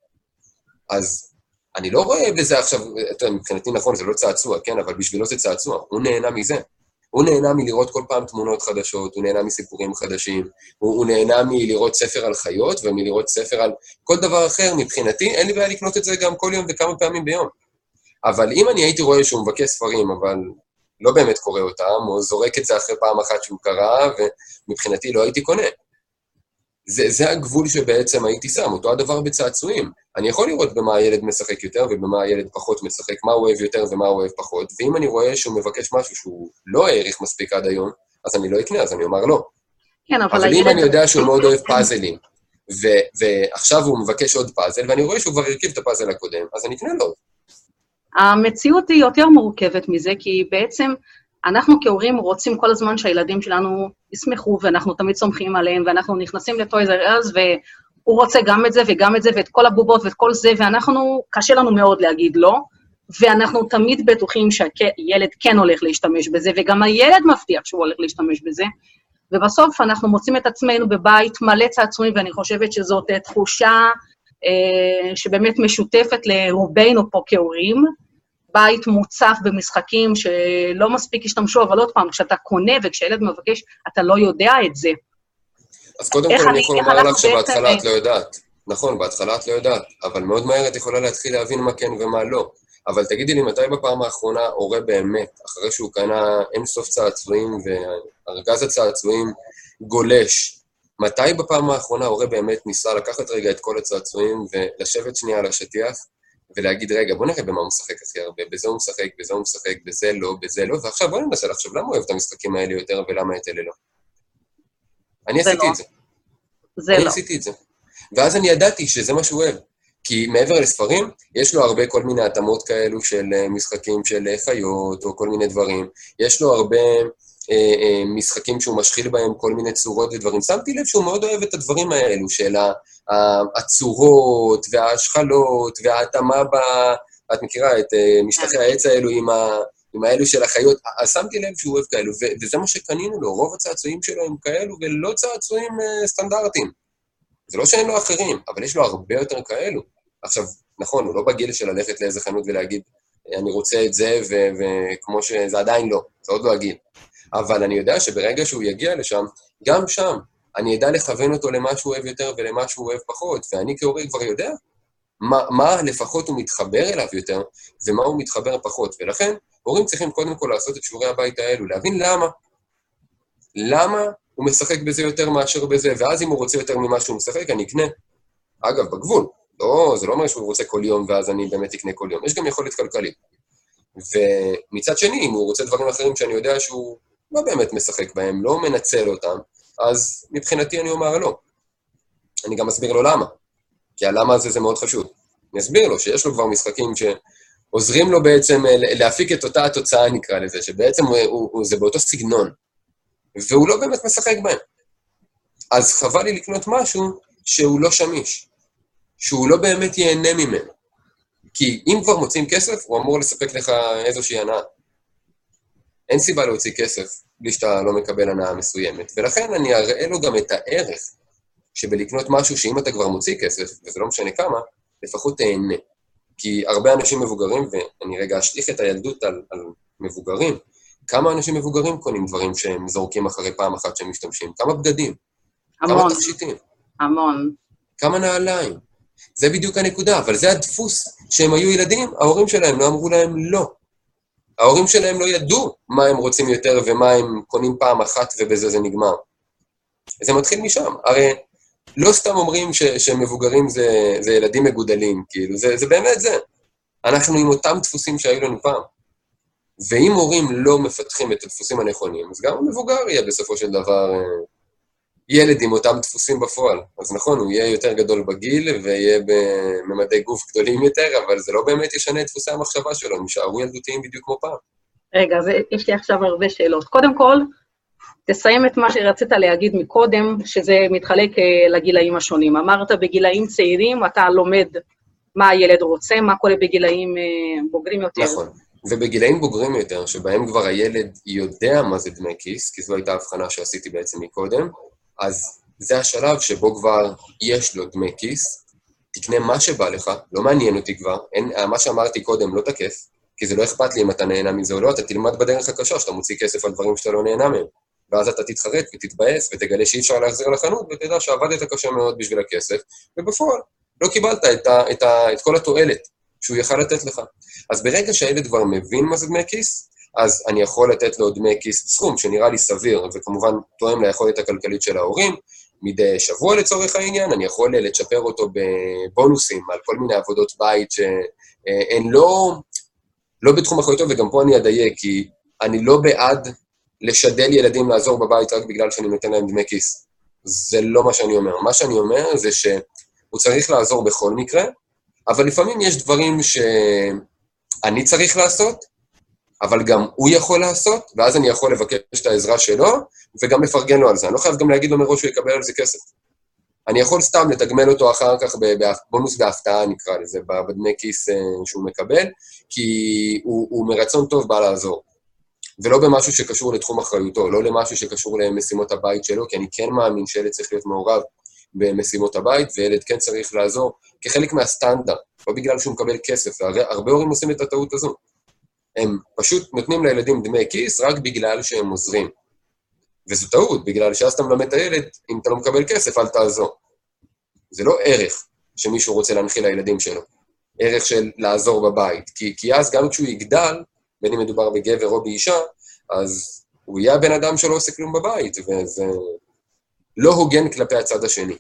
אז אני לא רואה בזה עכשיו, מבחינתי נכון, זה לא צעצוע, כן, אבל בשבילו זה צעצוע, הוא נהנה מזה. הוא נהנה מלראות כל פעם תמונות חדשות, הוא נהנה מסיפורים חדשים, הוא, הוא נהנה מלראות ספר על חיות ומלראות ספר על כל דבר אחר. מבחינתי, אין לי בעיה לקנות את זה גם כל יום וכמה פעמים ביום. אבל אם אני הייתי רואה שהוא מבקש ספרים, אבל לא באמת קורא אותם, או זורק את זה אחרי פעם אחת שהוא קרא, ומבחינתי לא הייתי קונה. זה, זה הגבול שבעצם הייתי שם, אותו הדבר בצעצועים. אני יכול לראות במה הילד משחק יותר ובמה הילד פחות משחק, מה הוא אוהב יותר ומה הוא אוהב פחות, ואם אני רואה שהוא מבקש משהו שהוא לא העריך מספיק עד היום, אז אני לא אקנה, אז אני אומר לא. כן, אבל, אבל הילד... אם אני יודע שהוא מאוד אוהב פאזלים, ו- ועכשיו הוא מבקש עוד פאזל, ואני רואה שהוא כבר הרכיב את הפאזל הקודם, אז אני אקנה לו. המציאות היא יותר מורכבת מזה, כי בעצם אנחנו כהורים רוצים כל הזמן שהילדים שלנו ישמחו, ואנחנו תמיד סומכים עליהם, ואנחנו נכנסים לטויז אר אס, והוא רוצה גם את זה וגם את זה, ואת כל הבובות ואת כל זה, ואנחנו, קשה לנו מאוד להגיד לא, ואנחנו תמיד בטוחים שהילד כן הולך להשתמש בזה, וגם הילד מבטיח שהוא הולך להשתמש בזה, ובסוף אנחנו מוצאים את עצמנו בבית מלא צעצועים, ואני חושבת שזאת תחושה אה, שבאמת משותפת לרובנו פה כהורים, בית מוצף במשחקים שלא מספיק השתמשו, אבל עוד פעם, כשאתה קונה וכשילד מבקש, אתה לא יודע את זה. אז קודם כל אני יכול לומר לך שבהתחלה את לא יודעת. נכון, בהתחלה את לא יודעת, אבל מאוד מהר את יכולה להתחיל להבין מה כן ומה לא. אבל תגידי לי, מתי בפעם האחרונה הורה באמת, אחרי שהוא קנה אין סוף צעצועים וארגז הצעצועים גולש, מתי בפעם האחרונה הורה באמת ניסה לקחת רגע את כל הצעצועים ולשבת שנייה על השטיח, ולהגיד, רגע, בוא נראה במה הוא משחק הכי הרבה, בזה הוא משחק, בזה הוא משחק, בזה לא, בזה לא, ועכשיו בוא ננסה לחשוב, למה הוא אוהב את המשחקים האלה יותר ולמה את אלה לא? אני עשיתי את זה. זה לא. אני עשיתי את זה. ואז אני ידעתי שזה מה שהוא אוהב. כי מעבר לספרים, יש לו הרבה כל מיני התאמות כאלו של משחקים של חיות, או כל מיני דברים. יש לו הרבה אה, אה, משחקים שהוא משחיל בהם כל מיני צורות ודברים. שמתי לב שהוא מאוד אוהב את הדברים האלו, של הצורות וההשחלות וההתאמה ב... את מכירה את אה, משטחי העץ האלו עם, ה, עם האלו של החיות. אז שמתי לב שהוא אוהב כאלו, ו, וזה מה שקנינו לו. רוב הצעצועים שלו הם כאלו, ולא צעצועים אה, סטנדרטיים. זה לא שאין לו אחרים, אבל יש לו הרבה יותר כאלו. עכשיו, נכון, הוא לא בגיל של ללכת לאיזה חנות ולהגיד, אני רוצה את זה, וכמו שזה עדיין לא, זה עוד לא הגיל. אבל אני יודע שברגע שהוא יגיע לשם, גם שם, אני ידע לכוון אותו למה שהוא אוהב יותר ולמה שהוא אוהב פחות, ואני כהורי כבר יודע מה, מה לפחות הוא מתחבר אליו יותר, ומה הוא מתחבר פחות. ולכן, הורים צריכים קודם כל לעשות את שיעורי הבית האלו, להבין למה. למה הוא משחק בזה יותר מאשר בזה, ואז אם הוא רוצה יותר ממה שהוא משחק, אני אקנה. אגב, בגבול. לא, זה לא אומר שהוא רוצה כל יום, ואז אני באמת אקנה כל יום. יש גם יכולת כלכלית. ומצד שני, אם הוא רוצה דברים אחרים שאני יודע שהוא לא באמת משחק בהם, לא מנצל אותם, אז מבחינתי אני אומר לא. אני גם אסביר לו למה. כי הלמה הזה זה מאוד חשוב. אני אסביר לו שיש לו כבר משחקים שעוזרים לו בעצם להפיק את אותה התוצאה, נקרא לזה, שבעצם הוא, הוא, הוא, זה באותו סגנון. והוא לא באמת משחק בהם. אז חבל לי לקנות משהו שהוא לא שמיש. שהוא לא באמת ייהנה ממנו. כי אם כבר מוצאים כסף, הוא אמור לספק לך איזושהי הנאה. אין סיבה להוציא כסף בלי שאתה לא מקבל הנאה מסוימת, ולכן אני אראה לו גם את הערך שבלקנות משהו שאם אתה כבר מוציא כסף, וזה לא משנה כמה, לפחות תהנה. כי הרבה אנשים מבוגרים, ואני רגע אשליך את הילדות על, על מבוגרים, כמה אנשים מבוגרים קונים דברים שהם זורקים אחרי פעם אחת שהם משתמשים? כמה בגדים? המון. כמה תכשיטים? המון. כמה נעליים? זה בדיוק הנקודה, אבל זה הדפוס שהם היו ילדים, ההורים שלהם לא אמרו להם לא. ההורים שלהם לא ידעו מה הם רוצים יותר ומה הם קונים פעם אחת ובזה זה נגמר. זה מתחיל משם. הרי לא סתם אומרים ש, שמבוגרים זה, זה ילדים מגודלים, כאילו, זה, זה באמת זה. אנחנו עם אותם דפוסים שהיו לנו פעם. ואם הורים לא מפתחים את הדפוסים הנכונים, אז גם המבוגר יהיה בסופו של דבר ילד עם אותם דפוסים בפועל. אז נכון, הוא יהיה יותר גדול בגיל ויהיה בממדי גוף גדולים יותר, אבל זה לא באמת ישנה את דפוסי המחשבה שלו, הם יישארו ילדותיים בדיוק כמו פעם. רגע, זה, יש לי עכשיו הרבה שאלות. קודם כל, תסיים את מה שרצית להגיד מקודם, שזה מתחלק לגילאים השונים. אמרת בגילאים צעירים, אתה לומד מה הילד רוצה, מה קורה בגילאים בוגרים יותר. נכון, ובגילאים בוגרים יותר, שבהם כבר הילד יודע מה זה דמי כיס, כי זו הייתה הבחנה שעשיתי בעצם מקודם, אז זה השלב שבו כבר יש לו דמי כיס, תקנה מה שבא לך, לא מעניין אותי כבר, אין, מה שאמרתי קודם לא תקף, כי זה לא אכפת לי אם אתה נהנה מזה או לא, אתה תלמד בדרך הקשה, שאתה מוציא כסף על דברים שאתה לא נהנה מהם. ואז אתה תתחרט ותתבאס ותגלה שאי אפשר להחזיר לחנות, ותדע שעבדת קשה מאוד בשביל הכסף, ובפועל לא קיבלת את, ה, את, ה, את כל התועלת שהוא יכל לתת לך. אז ברגע שהילד כבר מבין מה זה דמי כיס, אז אני יכול לתת לו דמי כיס סכום שנראה לי סביר, וכמובן תואם ליכולת הכלכלית של ההורים, מדי שבוע לצורך העניין, אני יכול לצ'פר אותו בבונוסים על כל מיני עבודות בית שהן לא, לא בתחום אחריותו, וגם פה אני אדייק, כי אני לא בעד לשדל ילדים לעזור בבית רק בגלל שאני נותן להם דמי כיס. זה לא מה שאני אומר. מה שאני אומר זה שהוא צריך לעזור בכל מקרה, אבל לפעמים יש דברים שאני צריך לעשות, אבל גם הוא יכול לעשות, ואז אני יכול לבקש את העזרה שלו, וגם לפרגן לו על זה. אני לא חייב גם להגיד לו מראש שהוא יקבל על זה כסף. אני יכול סתם לתגמל אותו אחר כך בבונוס בהפתעה, נקרא לזה, בדמי כיס שהוא מקבל, כי הוא, הוא מרצון טוב בא לעזור. ולא במשהו שקשור לתחום אחריותו, לא למשהו שקשור למשימות הבית שלו, כי אני כן מאמין שילד צריך להיות מעורב במשימות הבית, וילד כן צריך לעזור כחלק מהסטנדרט, לא בגלל שהוא מקבל כסף, והרבה הורים עושים את הטעות הזו. הם פשוט נותנים לילדים דמי כיס רק בגלל שהם עוזרים. וזו טעות, בגלל שאז אתה מלמד את הילד, אם אתה לא מקבל כסף, אל תעזור. זה לא ערך שמישהו רוצה להנחיל לילדים שלו, ערך של לעזור בבית, כי, כי אז גם כשהוא יגדל, בין אם מדובר בגבר או באישה, אז הוא יהיה הבן אדם שלא עושה כלום בבית, וזה לא הוגן כלפי הצד השני.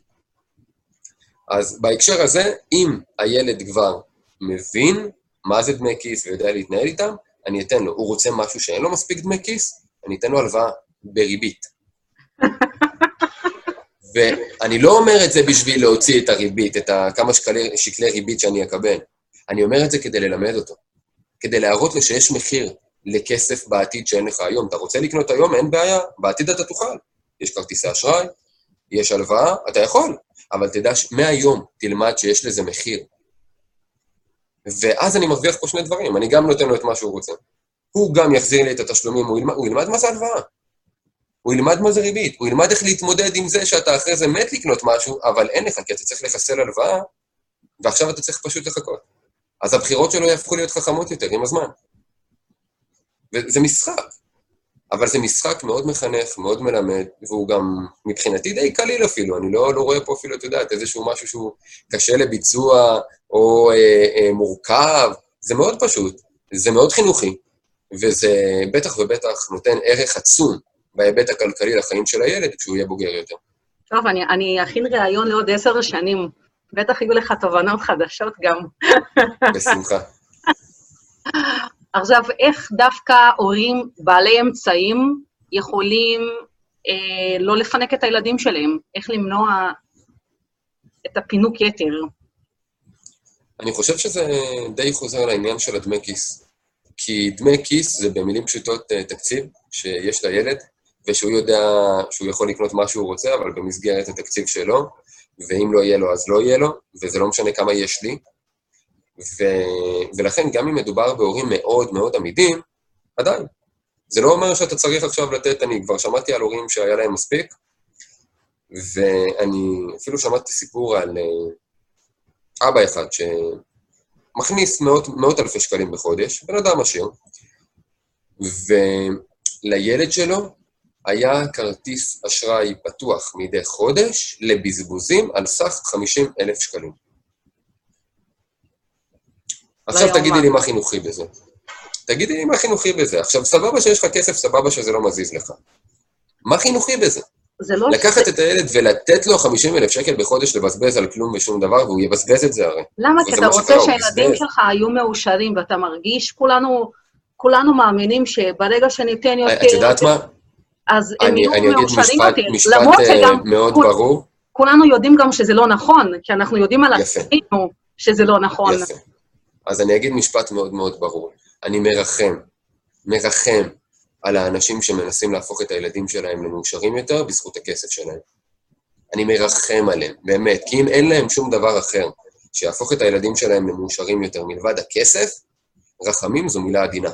אז בהקשר הזה, אם הילד כבר מבין מה זה דמי כיס ויודע להתנהל איתם, אני אתן לו. הוא רוצה משהו שאין לו מספיק דמי כיס, אני אתן לו הלוואה בריבית. ואני לא אומר את זה בשביל להוציא את הריבית, את כמה שקלי, שקלי ריבית שאני אקבל. אני אומר את זה כדי ללמד אותו. כדי להראות לו שיש מחיר לכסף בעתיד שאין לך היום. אתה רוצה לקנות היום, אין בעיה, בעתיד אתה תוכל. יש כרטיסי אשראי, יש הלוואה, אתה יכול, אבל תדע שמהיום תלמד שיש לזה מחיר. ואז אני מרוויח פה שני דברים, אני גם נותן לו את מה שהוא רוצה. הוא גם יחזיר לי את התשלומים, הוא ילמד, הוא ילמד מה זה הלוואה. הוא ילמד מה זה ריבית, הוא ילמד איך להתמודד עם זה שאתה אחרי זה מת לקנות משהו, אבל אין לך, כי אתה צריך לחסל הלוואה, ועכשיו אתה צריך פשוט לחכות. אז הבחירות שלו יהפכו להיות חכמות יותר עם הזמן. וזה משחק. אבל זה משחק מאוד מחנך, מאוד מלמד, והוא גם מבחינתי די קליל אפילו, אני לא, לא רואה פה אפילו, אתה יודעת, איזשהו משהו שהוא קשה לביצוע, או אה, אה, מורכב, זה מאוד פשוט, זה מאוד חינוכי, וזה בטח ובטח נותן ערך עצום בהיבט הכלכלי לחיים של הילד, כשהוא יהיה בוגר יותר. טוב, אני, אני אכין ראיון לעוד עשר שנים, בטח יהיו לך תובנות חדשות גם. בשמחה. עכשיו, איך דווקא הורים בעלי אמצעים יכולים אה, לא לפנק את הילדים שלהם? איך למנוע את הפינוק יתר? אני חושב שזה די חוזר לעניין של הדמי כיס. כי דמי כיס זה במילים פשוטות תקציב שיש לילד, ושהוא יודע שהוא יכול לקנות מה שהוא רוצה, אבל במסגרת התקציב שלו, ואם לא יהיה לו אז לא יהיה לו, וזה לא משנה כמה יש לי. ו... ולכן גם אם מדובר בהורים מאוד מאוד עמידים, עדיין, זה לא אומר שאתה צריך עכשיו לתת, אני כבר שמעתי על הורים שהיה להם מספיק, ואני אפילו שמעתי סיפור על אבא אחד שמכניס מאות, מאות אלפי שקלים בחודש, בן אדם עשיר, ולילד שלו היה כרטיס אשראי פתוח מדי חודש לבזבוזים על סך חמישים אלף שקלים. עכשיו תגידי לי מה חינוכי בזה. תגידי לי מה חינוכי בזה. עכשיו, סבבה שיש לך כסף, סבבה שזה לא מזיז לך. מה חינוכי בזה? לא לקחת את הילד ולתת לו חמישים אלף שקל בחודש לבזבז על כלום ושום דבר, והוא יבזבז את זה הרי. למה? כי אתה רוצה שהילדים שלך היו מאושרים, ואתה מרגיש, כולנו, כולנו מאמינים שברגע שניתן יותר... את יודעת מה? אז הם יהיו מאושרים יותר. למרות שגם... מאוד ברור. כולנו יודעים גם שזה לא נכון, כי אנחנו יודעים על עצמנו שזה לא נכון. יפה. אז אני אגיד משפט מאוד מאוד ברור. אני מרחם, מרחם על האנשים שמנסים להפוך את הילדים שלהם למאושרים יותר בזכות הכסף שלהם. אני מרחם עליהם, באמת, כי אם אין להם שום דבר אחר שיהפוך את הילדים שלהם למאושרים יותר מלבד הכסף, רחמים זו מילה עדינה.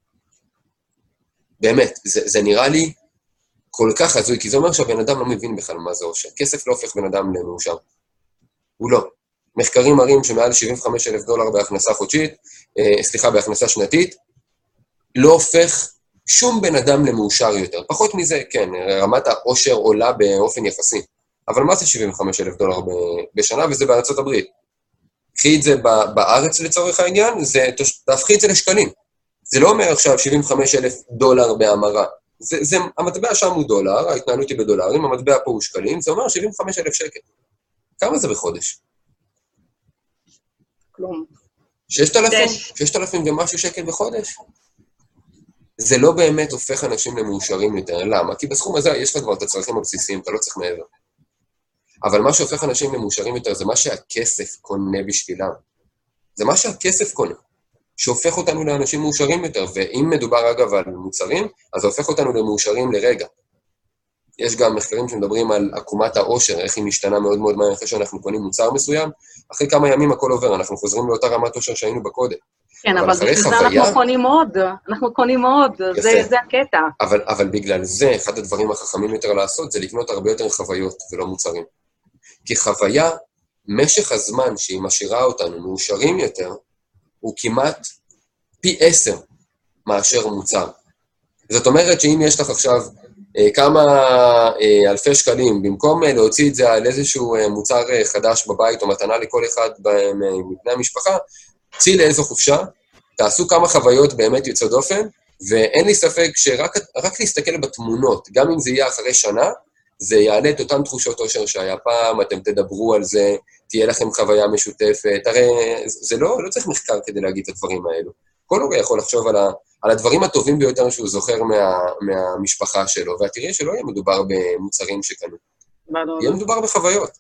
באמת, זה, זה נראה לי כל כך הזוי, כי זה אומר שהבן אדם לא מבין בכלל מה זה אושר. כסף לא הופך בן אדם למאושר. הוא לא. מחקרים מראים שמעל שבעים וחמישה אלף דולר בהכנסה חודשית, אה, סליחה, בהכנסה שנתית, לא הופך שום בן אדם למאושר יותר. פחות מזה, כן, רמת האושר עולה באופן יחסי. אבל מה זה שבעים וחמישה אלף דולר בשנה, וזה בארצות הברית? קחי את זה בארץ לצורך העניין, זה, תהפכי את זה לשקלים. זה לא אומר עכשיו שבעים וחמישה אלף דולר בהמרה. זה, זה, המטבע שם הוא דולר, ההתנהלות היא בדולרים, המטבע פה הוא שקלים, זה אומר שבעים וחמישה אלף שקל. כמה זה בחודש? כלום. ששת אלפים? ששת אלפים ומשהו שקל בחודש? זה לא באמת הופך אנשים למאושרים יותר. למה? כי בסכום הזה יש לך כבר את הצרכים הבסיסיים, אתה לא צריך מעבר. אבל מה שהופך אנשים למאושרים יותר זה מה שהכסף קונה בשבילם. זה מה שהכסף קונה, שהופך אותנו לאנשים מאושרים יותר, ואם מדובר אגב על מוצרים, אז זה הופך אותנו למאושרים לרגע. יש גם מחקרים שמדברים על עקומת העושר, איך היא משתנה מאוד מאוד מהר אחרי שאנחנו קונים מוצר מסוים, אחרי כמה ימים הכל עובר, אנחנו חוזרים לאותה רמת עושר שהיינו בקודם. כן, אבל, אבל בגלל זה חוויה... אנחנו קונים עוד, אנחנו קונים עוד, זה, זה הקטע. אבל, אבל בגלל זה, אחד הדברים החכמים יותר לעשות, זה לקנות הרבה יותר חוויות ולא מוצרים. כי חוויה, משך הזמן שהיא משאירה אותנו מאושרים יותר, הוא כמעט פי עשר מאשר מוצר. זאת אומרת שאם יש לך עכשיו אה, כמה אה, אלפי שקלים, במקום אה, להוציא את זה על איזשהו אה, מוצר אה, חדש בבית, או מתנה לכל אחד מבני המשפחה, צאי לאיזו חופשה, תעשו כמה חוויות באמת יוצאות דופן, ואין לי ספק שרק רק להסתכל בתמונות, גם אם זה יהיה אחרי שנה, זה יעלה את אותן תחושות אושר שהיה פעם, אתם תדברו על זה, תהיה לכם חוויה משותפת, הרי זה לא, לא צריך מחקר כדי להגיד את הדברים האלו. כל הורה יכול לחשוב על, ה, על הדברים הטובים ביותר שהוא זוכר מה, מהמשפחה שלו, והתראי שלא יהיה מדובר במוצרים שקנו. יהיה מדובר בחוויות.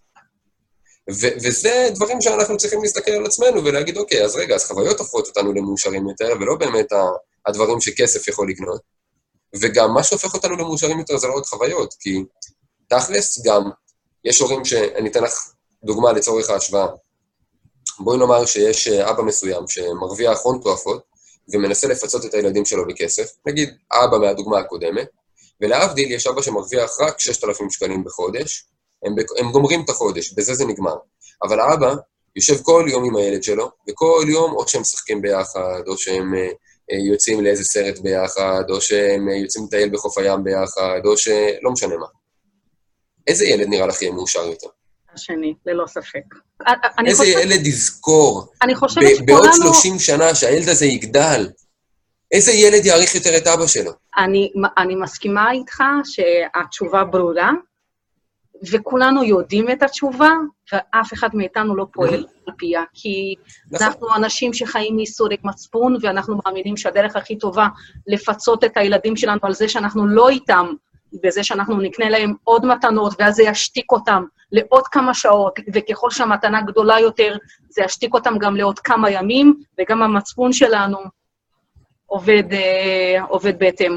ו- וזה דברים שאנחנו צריכים להסתכל על עצמנו ולהגיד, אוקיי, אז רגע, אז חוויות הופכות אותנו למאושרים יותר, ולא באמת הדברים שכסף יכול לקנות. וגם מה שהופך אותנו למאושרים יותר זה לא רק חוויות, כי תכלס גם, יש הורים שאני אתן לך דוגמה לצורך ההשוואה. בואי נאמר שיש אבא מסוים שמרוויח הון תועפות, ומנסה לפצות את הילדים שלו בכסף, נגיד אבא מהדוגמה הקודמת, ולהבדיל יש אבא שמרוויח רק שישת אלפים שקלים בחודש, הם, הם גומרים את החודש, בזה זה נגמר. אבל האבא יושב כל יום עם הילד שלו, וכל יום או שהם משחקים ביחד, או שהם אה, יוצאים לאיזה סרט ביחד, או שהם יוצאים לטייל בחוף הים ביחד, או שלא משנה מה. איזה ילד נראה לך יהיה מאושר יותר? השני, ללא ספק. איזה חושב... ילד יזכור ב- בעוד שלושים שנה שהילד הזה יגדל? איזה ילד יעריך יותר את אבא שלו? אני, אני מסכימה איתך שהתשובה ברורה, וכולנו יודעים את התשובה, ואף אחד מאיתנו לא פועל על פיה, כי אנחנו אנשים שחיים מסורק מצפון, ואנחנו מאמינים שהדרך הכי טובה לפצות את הילדים שלנו על זה שאנחנו לא איתם, בזה שאנחנו נקנה להם עוד מתנות, ואז זה ישתיק אותם לעוד כמה שעות, וככל שהמתנה גדולה יותר, זה ישתיק אותם גם לעוד כמה ימים, וגם המצפון שלנו עובד, עובד בהתאם.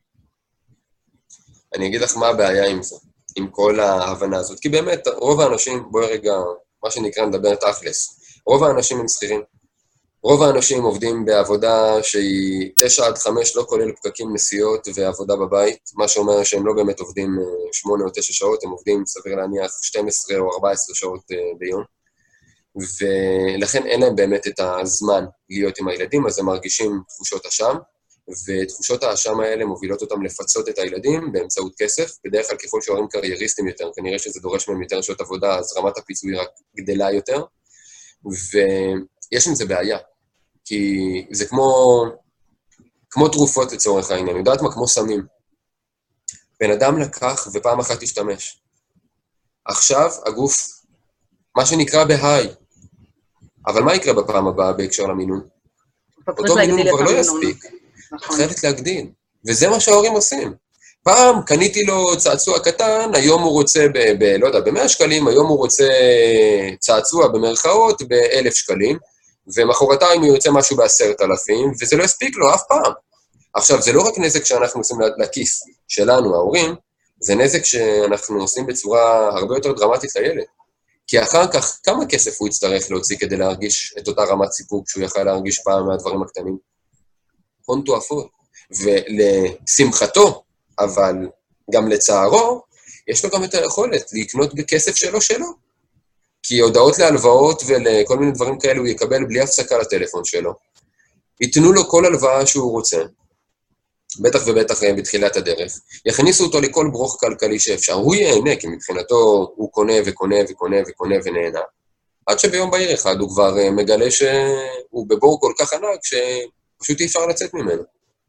אני אגיד לך מה הבעיה עם זה, עם כל ההבנה הזאת, כי באמת רוב האנשים, בואי רגע, מה שנקרא נדבר תכלס, רוב האנשים הם שכירים, רוב האנשים עובדים בעבודה שהיא תשע עד חמש, לא כולל פקקים, נסיעות ועבודה בבית, מה שאומר שהם לא באמת עובדים שמונה או תשע שעות, הם עובדים, סביר להניח, שתים עשרה או ארבע עשרה שעות ביום, ולכן אין להם באמת את הזמן להיות עם הילדים, אז הם מרגישים תחושות אשם, ותחושות האשם האלה מובילות אותם לפצות את הילדים באמצעות כסף, בדרך כלל ככל שהורים קרייריסטים יותר, כנראה שזה דורש מהם יותר שעות עבודה, אז רמת הפיצוי רק גדלה יותר, ויש עם זה בעיה, כי זה כמו, כמו תרופות לצורך העניין, אני יודעת מה? כמו סמים. בן אדם לקח ופעם אחת תשתמש. עכשיו הגוף, מה שנקרא בהיי, אבל מה יקרה בפעם הבאה בהקשר למינון? אותו מינון כבר לא יספיק. נכון. חייבת להגדיל. וזה מה שההורים עושים. פעם קניתי לו צעצוע קטן, היום הוא רוצה, ב, ב, לא יודע, ב-מאה שקלים, היום הוא רוצה צעצוע במרכאות ב-אלף שקלים, ומחרתיים הוא יוצא משהו בעשרת אלפים, וזה לא יספיק לו אף פעם. עכשיו, זה לא רק נזק שאנחנו עושים לכיס שלנו, ההורים, זה נזק שאנחנו עושים בצורה הרבה יותר דרמטית לילד. כי אחר כך, כמה כסף הוא יצטרך להוציא כדי להרגיש את אותה רמת סיפוק שהוא יכל להרגיש פעם מהדברים הקטנים? הון תועפות. ולשמחתו, אבל גם לצערו, יש לו גם את היכולת לקנות בכסף שלו שלו. כי הודעות להלוואות ולכל מיני דברים כאלה הוא יקבל בלי הפסקה לטלפון שלו. ייתנו לו כל הלוואה שהוא רוצה, בטח ובטח בתחילת הדרך, יכניסו אותו לכל ברוך כלכלי שאפשר, הוא ייהנה, כי מבחינתו הוא קונה וקונה וקונה וקונה ונהנה, עד שביום בהיר אחד הוא כבר מגלה שהוא בבור כל כך ענק שפשוט אי אפשר לצאת ממנו.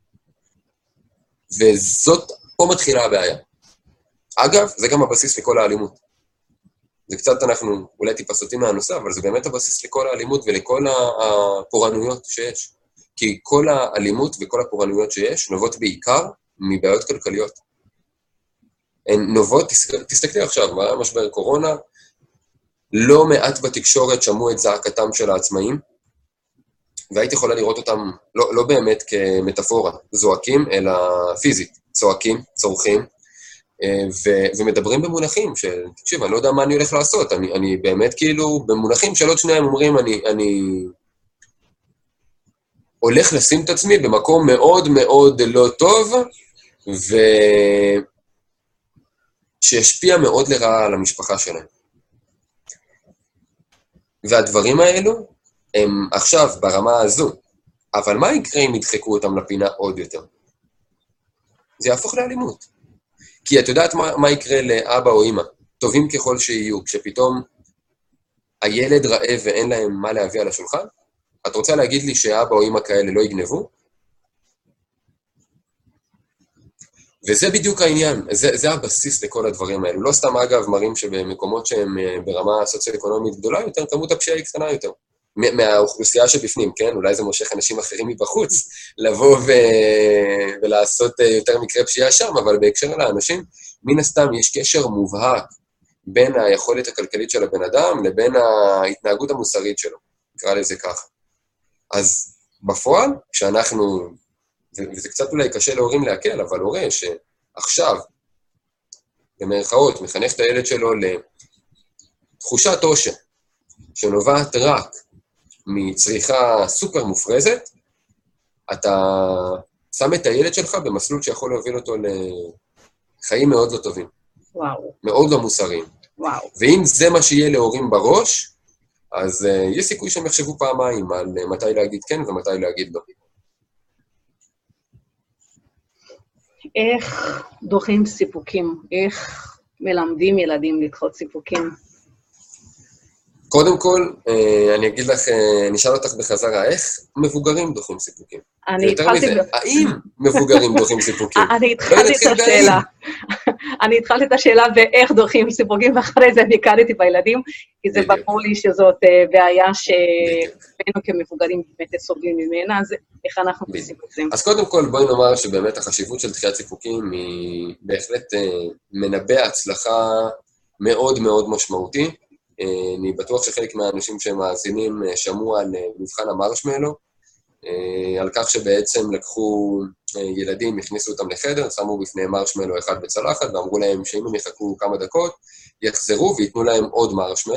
וזאת פה מתחילה הבעיה. אגב, זה גם הבסיס לכל האלימות. זה קצת אנחנו אולי טיפה סוטים מהנושא, אבל זה באמת הבסיס לכל האלימות ולכל הפורענויות שיש. כי כל האלימות וכל הפורענויות שיש נובעות בעיקר מבעיות כלכליות. הן נובעות, תסתכלי עכשיו, מה משבר קורונה, לא מעט בתקשורת שמעו את זעקתם של העצמאים, והייתי יכולה לראות אותם לא, לא באמת כמטאפורה, זועקים, אלא פיזית, צועקים, צורכים, ו- ומדברים במונחים של, תקשיב, אני לא יודע מה אני הולך לעשות, אני, אני באמת כאילו, במונחים של עוד שניים אומרים, אני, אני הולך לשים את עצמי במקום מאוד מאוד לא טוב, ושישפיע מאוד לרעה על המשפחה שלהם. והדברים האלו הם עכשיו ברמה הזו, אבל מה יקרה אם ידחקו אותם לפינה עוד יותר? זה יהפוך לאלימות. כי את יודעת מה, מה יקרה לאבא או אמא, טובים ככל שיהיו, כשפתאום הילד רעב ואין להם מה להביא על השולחן? את רוצה להגיד לי שאבא או אמא כאלה לא יגנבו? וזה בדיוק העניין, זה, זה הבסיס לכל הדברים האלו. לא סתם אגב מראים שבמקומות שהם ברמה סוציו-אקונומית גדולה יותר, כמות הפשיעה היא קטנה יותר. מהאוכלוסייה שבפנים, כן? אולי זה מושך אנשים אחרים מבחוץ, לבוא ו... ולעשות יותר מקרה פשיעה שם, אבל בהקשר לאנשים, מן הסתם יש קשר מובהק בין היכולת הכלכלית של הבן אדם לבין ההתנהגות המוסרית שלו, נקרא לזה ככה. אז בפועל, כשאנחנו, וזה קצת אולי קשה להורים להקל, אבל הורה שעכשיו, במרכאות, מחנך את הילד שלו לתחושת עושר, שנובעת רק מצריכה סופר מופרזת, אתה שם את הילד שלך במסלול שיכול להוביל אותו לחיים מאוד לא טובים. וואו. מאוד לא מוסריים. וואו. ואם זה מה שיהיה להורים בראש, אז uh, יש סיכוי שהם יחשבו פעמיים על uh, מתי להגיד כן ומתי להגיד לא. איך דוחים סיפוקים? איך מלמדים ילדים לדחות סיפוקים? קודם כל, אני אגיד לך, נשאל אותך בחזרה, איך מבוגרים דוחים סיפוקים? אני התחלתי... האם מבוגרים דוחים סיפוקים? אני התחלתי את השאלה. אני התחלתי את השאלה באיך דוחים סיפוקים, ואחרי זה ניקדתי בילדים, כי זה ברור לי שזאת בעיה שבנו כמבוגרים באמת סובלים ממנה, אז איך אנחנו עושים את זה? אז קודם כל, בואי נאמר שבאמת החשיבות של דחיית סיפוקים היא בהחלט מנבא הצלחה מאוד מאוד משמעותי. אני בטוח שחלק מהאנשים שמאזינים שמעו על מבחן המרשמלו, על כך שבעצם לקחו ילדים, הכניסו אותם לחדר, שמו בפני מרשמלו אחד בצלחת, ואמרו להם שאם הם יחכו כמה דקות, יחזרו ויתנו להם עוד מרשמלו,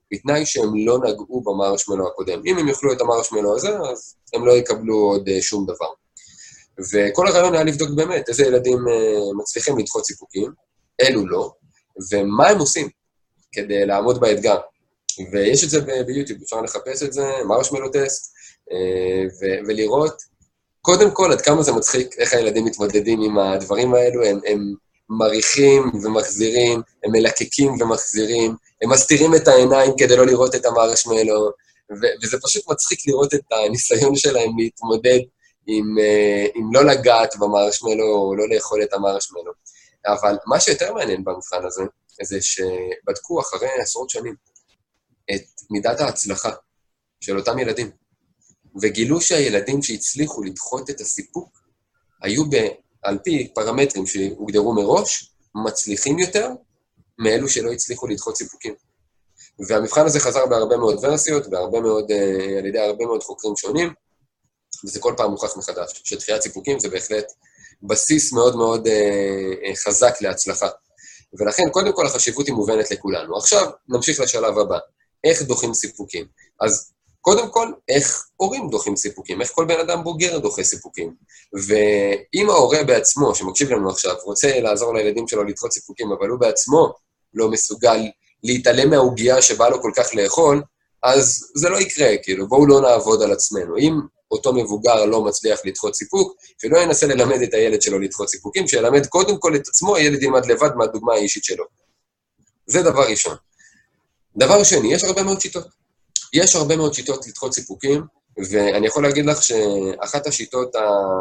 בתנאי שהם לא נגעו במרשמלו הקודם. אם הם יאכלו את המרשמלו הזה, אז הם לא יקבלו עוד שום דבר. וכל הרעיון היה לבדוק באמת איזה ילדים מצליחים לדחות סיפוקים, אלו לא, ומה הם עושים כדי לעמוד באתגר. ויש את זה ביוטיוב, אפשר לחפש את זה, מרשמלו טסט, ולראות, קודם כל, עד כמה זה מצחיק, איך הילדים מתמודדים עם הדברים האלו, הם, הם מריחים ומחזירים, הם מלקקים ומחזירים, הם מסתירים את העיניים כדי לא לראות את המרשמלו, וזה פשוט מצחיק לראות את הניסיון שלהם להתמודד עם, עם לא לגעת במרשמלו, או לא לאכול את המרשמלו. אבל מה שיותר מעניין במבחן הזה, זה שבדקו אחרי עשרות שנים את מידת ההצלחה של אותם ילדים, וגילו שהילדים שהצליחו לדחות את הסיפוק, היו ב, על פי פרמטרים שהוגדרו מראש, מצליחים יותר מאלו שלא הצליחו לדחות סיפוקים. והמבחן הזה חזר בהרבה מאוד ורסיות, בהרבה מאוד, על ידי הרבה מאוד חוקרים שונים, וזה כל פעם מוכח מחדש, שדחיית סיפוקים זה בהחלט בסיס מאוד מאוד חזק להצלחה. ולכן, קודם כל, החשיבות היא מובנת לכולנו. עכשיו, נמשיך לשלב הבא. איך דוחים סיפוקים? אז קודם כל, איך הורים דוחים סיפוקים? איך כל בן אדם בוגר דוחה סיפוקים? ואם ההורה בעצמו, שמקשיב לנו עכשיו, רוצה לעזור לילדים שלו לדחות סיפוקים, אבל הוא בעצמו לא מסוגל להתעלם מהעוגיה שבא לו כל כך לאכול, אז זה לא יקרה, כאילו, בואו לא נעבוד על עצמנו. אם אותו מבוגר לא מצליח לדחות סיפוק, שלא ינסה ללמד את הילד שלו לדחות סיפוקים, שילמד קודם כל את עצמו, הילד ילמד לבד מהדוגמה האישית שלו. זה דבר ראשון. דבר שני, יש הרבה מאוד שיטות. יש הרבה מאוד שיטות לדחות סיפוקים, ואני יכול להגיד לך שאחת השיטות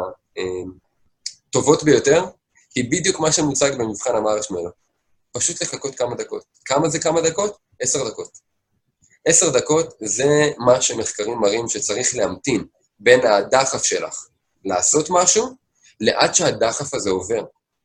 הטובות ביותר, היא בדיוק מה שמוצג במבחן המרשמלו. פשוט לחכות כמה דקות. כמה זה כמה דקות? עשר דקות. עשר דקות זה מה שמחקרים מראים שצריך להמתין בין הדחף שלך לעשות משהו, לעד שהדחף הזה עובר.